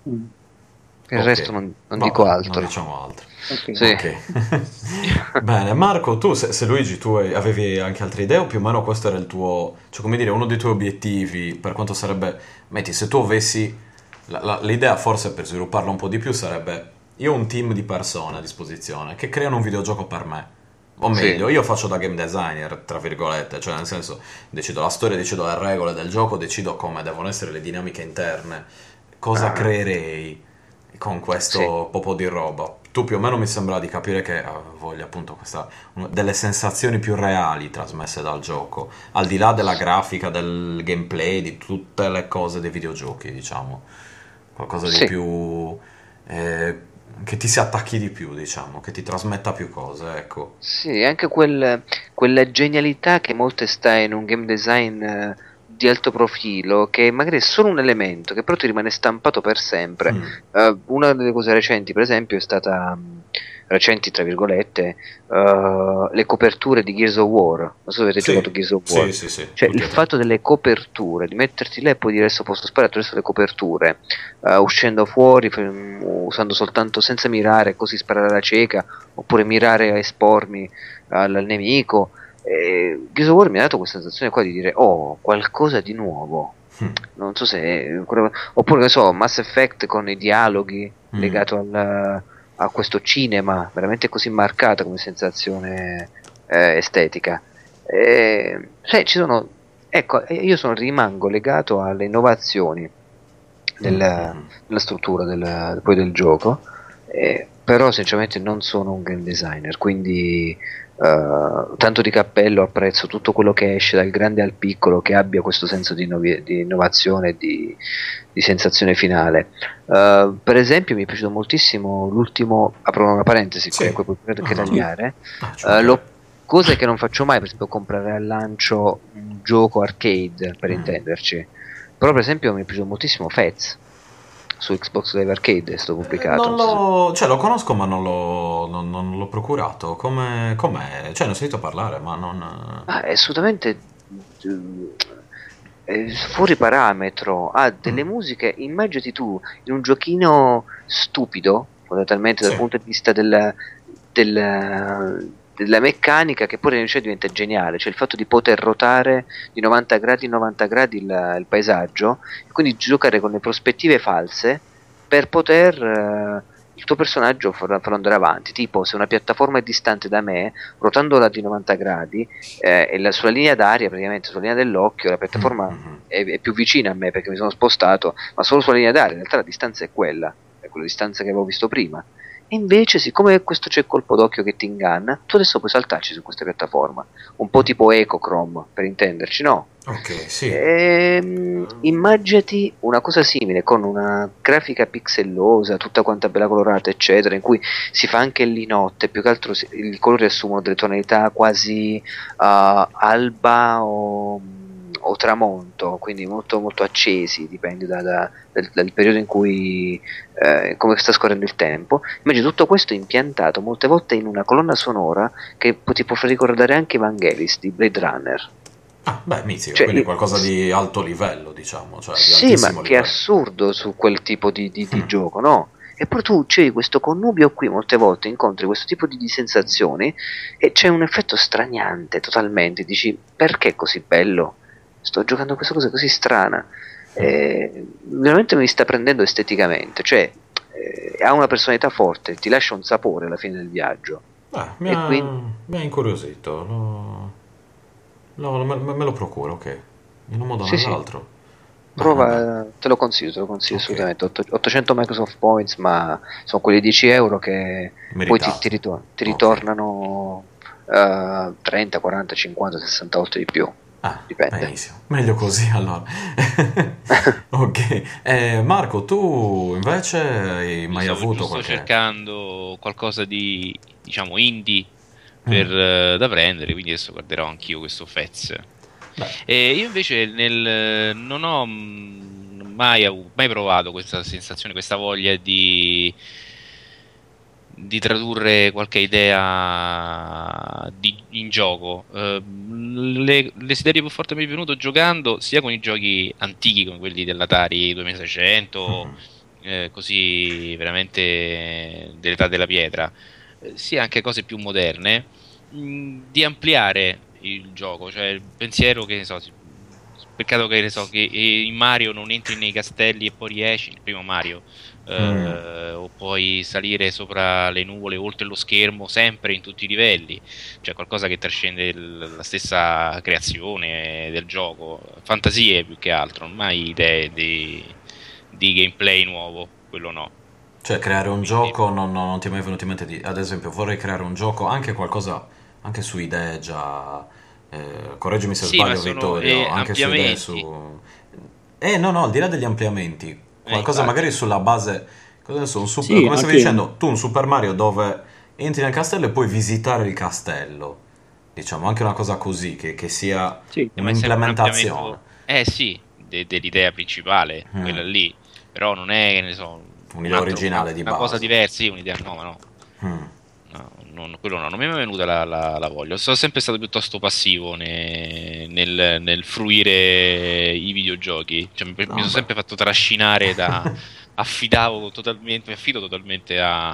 Il resto non dico altro. Non diciamo altro. Okay. Bene, Marco, tu, se Luigi, tu avevi anche altre idee o più o meno questo era il tuo, cioè come dire, uno dei tuoi obiettivi, per quanto sarebbe, metti, se tu avessi, l'idea forse per svilupparlo un po' di più sarebbe, io ho un team di persone a disposizione che creano un videogioco per me, o meglio, io faccio da game designer, tra virgolette, cioè nel senso, decido la storia, decido le regole del gioco, decido come devono essere le dinamiche interne, cosa creerei con questo po' di roba. Tu più o meno mi sembra di capire che voglia appunto delle sensazioni più reali trasmesse dal gioco, al di là della grafica, del gameplay, di tutte le cose dei videogiochi, diciamo. Qualcosa di più... che ti si attacchi di più, diciamo, che ti trasmetta più cose, ecco. Sì, anche quella genialità che molte sta in un game design... di alto profilo, che magari è solo un elemento che però ti rimane stampato per sempre. Una delle cose recenti, per esempio, è stata recenti tra virgolette, le coperture di Gears of War. Non so se avete giocato Gears of War. Sì. Cioè il fatto delle coperture, di metterti là e poi dire adesso posso sparare attraverso le coperture, uscendo fuori, usando soltanto senza mirare, così sparare alla cieca, oppure mirare a espormi al nemico. Gears of War mi ha dato questa sensazione qua di dire qualcosa di nuovo. Non so se oppure che so, Mass Effect con i dialoghi legato a questo cinema veramente così marcata come sensazione estetica. Ci sono, ecco, io rimango legato alle innovazioni della struttura poi del gioco, però sinceramente non sono un game designer, quindi tanto di cappello, apprezzo tutto quello che esce dal grande al piccolo che abbia questo senso di innovazione, di sensazione finale. Per esempio mi è piaciuto moltissimo l'ultimo, apro una parentesi, comunque puoi tagliare, cose che non faccio mai, per esempio comprare al lancio un gioco arcade, per intenderci, però per esempio mi è piaciuto moltissimo Fez su Xbox Live Arcade, è stato pubblicato. Lo conosco ma non l'ho procurato. Com'è? Cioè ne ho sentito parlare ma non... È assolutamente fuori parametro, ha delle musiche, immaginati tu in un giochino stupido fondamentalmente dal punto di vista del della meccanica che poi cioè, diventa geniale, cioè il fatto di poter rotare di 90 gradi in 90 gradi il paesaggio e quindi giocare con le prospettive false per poter il tuo personaggio farlo andare avanti. Tipo, se una piattaforma è distante da me, rotandola di 90 gradi e sulla linea d'aria, praticamente sulla linea dell'occhio, la piattaforma è più vicina a me perché mi sono spostato, ma solo sulla linea d'aria. In realtà la distanza è quella distanza che avevo visto prima. E invece, siccome questo c'è il colpo d'occhio che ti inganna, tu adesso puoi saltarci su questa piattaforma, un po' tipo Echochrome, per intenderci, no? Ok, sì. Immaginati una cosa simile con una grafica pixellosa, tutta quanta bella colorata, eccetera, in cui si fa anche lì notte, più che altro i colori assumono delle tonalità quasi alba o tramonto, quindi molto molto accesi, dipende dal periodo in cui come sta scorrendo il tempo. Invece tutto questo è impiantato molte volte in una colonna sonora che ti può far ricordare anche Vangelis di Blade Runner. Ah, beh, mizzica, Cioè, quindi qualcosa di alto livello, diciamo, cioè di sì, altissimo ma che livello. è assurdo su quel tipo di gioco, no? E poi tu c'è questo connubio qui, molte volte incontri questo tipo di sensazioni e c'è un effetto straniante totalmente, dici perché è così bello? Sto giocando a questa cosa così strana, veramente mi sta prendendo esteticamente, cioè ha una personalità forte, ti lascia un sapore alla fine del viaggio. Mi ha incuriosito, me lo procuro, ok, in un modo o Sì, nell'altro. Bene, bene. prova, te lo consiglio Ok. assolutamente. 800 Microsoft Points, ma sono quelli 10 euro che poi ti Meritato. ritornano 30, 40, 50, 60 volte di più. Ah, Dipende. benissimo, meglio così allora. Ok, Marco, tu invece hai mai Stavo avuto giusto qualche... cercando qualcosa di, diciamo, indie da prendere, quindi adesso guarderò anch'io questo Fez. E io invece non ho mai provato questa sensazione, questa voglia di tradurre qualche idea in gioco. Le desiderio più forte mi è venuto giocando sia con i giochi antichi come quelli dell'Atari 2600, così veramente dell'età della pietra, sia anche cose più moderne, di ampliare il gioco, cioè il pensiero che ne so, peccato che ne so che in Mario non entri nei castelli e poi riesci, il primo Mario, o puoi salire sopra le nuvole oltre lo schermo sempre in tutti i livelli, cioè qualcosa che trascende la stessa creazione del gioco, fantasie più che altro, non mai idee di gameplay nuovo, quello no. Cioè, creare un gioco non ti è mai venuto in mente di... Ad esempio, vorrei creare un gioco, anche qualcosa, anche su idee già... correggimi se Sì, ma sbaglio, sono Vittorio, anche su idee ampliamenti. su... no, al di là degli ampliamenti, qualcosa Infatti. magari sulla base... Cosa ne so, Sì, come stavi anche dicendo, tu un Super Mario dove entri nel castello e puoi visitare il castello. Diciamo, anche una cosa così, che sia sì, Ma è sempre un un'implementazione. ampliamento. Sì, dell'idea principale, quella lì. Però non è, che ne so, Un'idea originale di una cosa base. diversa, sì, un'idea, no, ma no. Quello no, non mi è mai venuta la voglia. Sono sempre stato piuttosto passivo nel fruire i videogiochi. Cioè, mi sono sempre fatto trascinare mi affido totalmente a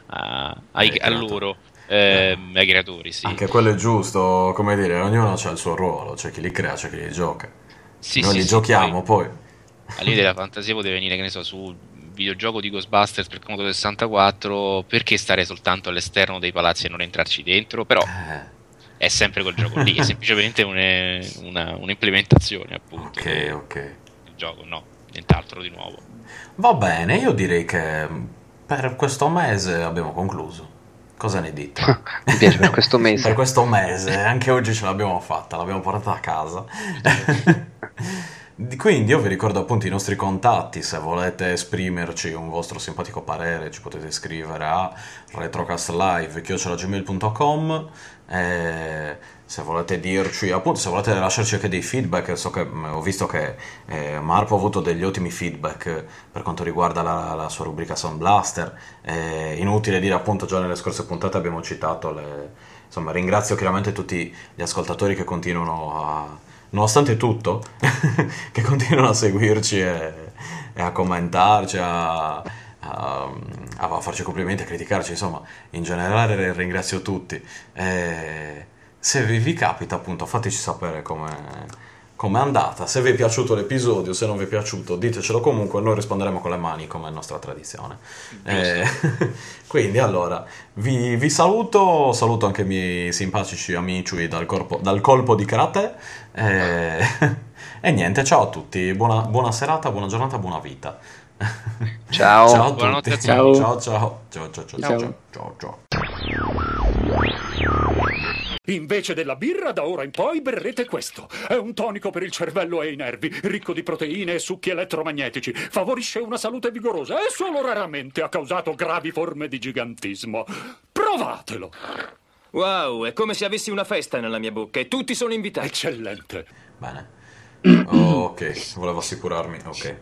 loro, ai creatori, sì. Anche quello è giusto, come dire, ognuno ha il suo ruolo, c'è chi li crea, c'è chi li gioca. Sì, Noi sì, li sì, giochiamo, poi... all'idea della fantasia poteva venire, che ne so, su videogioco di Ghostbusters per Commodore 64, perché stare soltanto all'esterno dei palazzi e non entrarci dentro? Però è sempre quel gioco lì, è semplicemente un'implementazione, appunto, Ok. del gioco, no, nient'altro di nuovo. Va bene, io direi che per questo mese abbiamo concluso. Cosa ne dite? Mi piace per questo mese. Per questo mese, anche oggi ce l'abbiamo fatta, l'abbiamo portata a casa. Quindi io vi ricordo appunto i nostri contatti, se volete esprimerci un vostro simpatico parere ci potete scrivere a retrocastlive@gmail.com, se volete dirci appunto, se volete lasciarci anche dei feedback, so che ho visto che Marco ha avuto degli ottimi feedback per quanto riguarda la sua rubrica Sound Blaster. Inutile dire appunto, già nelle scorse puntate abbiamo citato insomma, ringrazio chiaramente tutti gli ascoltatori che continuano nonostante tutto, che continuano a seguirci e a commentarci, a a farci complimenti, a criticarci, insomma, in generale ringrazio tutti. Se vi capita, appunto, fateci sapere com'è andata, se vi è piaciuto l'episodio, se non vi è piaciuto ditecelo comunque, noi risponderemo con le mani come è nostra tradizione. Quindi allora vi saluto anche i miei simpatici amici dal colpo di karate e niente, ciao a tutti, buona serata, buona giornata, buona vita. Ciao. Ciao a Buonanotte tutti. a tutti. Ciao. Invece della birra, da ora in poi berrete questo. È un tonico per il cervello e i nervi, ricco di proteine e succhi elettromagnetici. Favorisce una salute vigorosa e solo raramente ha causato gravi forme di gigantismo. Provatelo! Wow, è come se avessi una festa nella mia bocca e tutti sono invitati. Eccellente. Bene. Ok, volevo assicurarmi.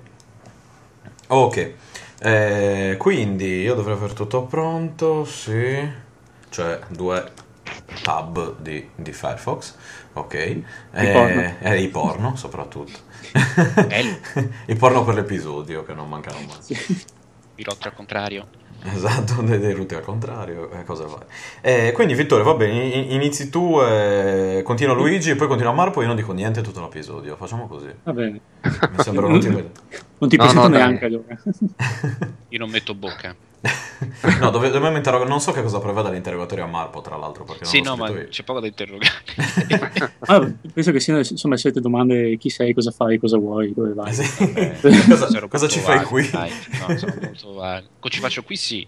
Ok. Quindi io dovrei aver tutto pronto, sì. Cioè, 2 tab di Firefox. Ok. I porno, soprattutto. I porno per l'episodio, che non mancano mai. Pilota al contrario. Esatto, dei ruti al contrario, cosa fai? Quindi Vittorio, va bene, inizi tu, continua Luigi, poi continua Marco, io non dico niente tutto l'episodio, facciamo così. Va bene. Mi sembra un'ottima idea. Non ti presento neanche dai. allora. Io non metto bocca. No, dobbiamo interrogare, non so che cosa prevede l'interrogatorio a Marpo, tra l'altro, perché non Sì, l'ho no, ma scritto io. c'è poco da interrogare. Penso che siano insomma le solite domande: chi sei, cosa fai, cosa vuoi, dove vai. Sì. Sono Cosa molto ci fai vago, qui? dai. No, sono molto vago. Cosa ci faccio qui? Sì.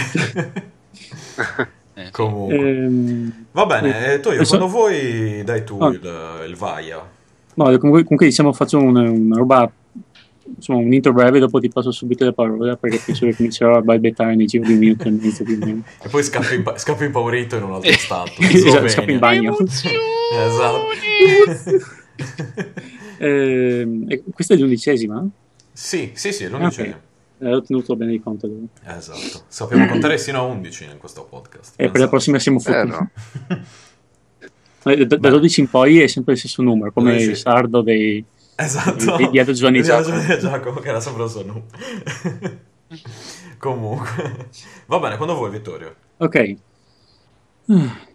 Sì. Comunque. Va bene, Toio, quando vuoi dai tu il vaia. No, comunque diciamo faccio una roba, insomma un intro breve, dopo ti passo subito la parola perché penso che comincerò a balbettare nei giro di un minuto e mezzo più o meno. E poi scappi impaurito in un altro stato. Esatto, scappo in bagno. Esatto. E questa è l'11ª? Sì, è l'11ª. Ho tenuto bene di conto. Esatto. Sappiamo contare sino a 11 in questo podcast. E per la prossima siamo fottuti. Vero. Da 12 in poi è sempre il stesso numero, come 12. il sardo dei Esatto. di Addo Giovanni Giacomo, che era sempre il suo nome. Comunque. Va bene, quando vuoi, Vittorio. Ok.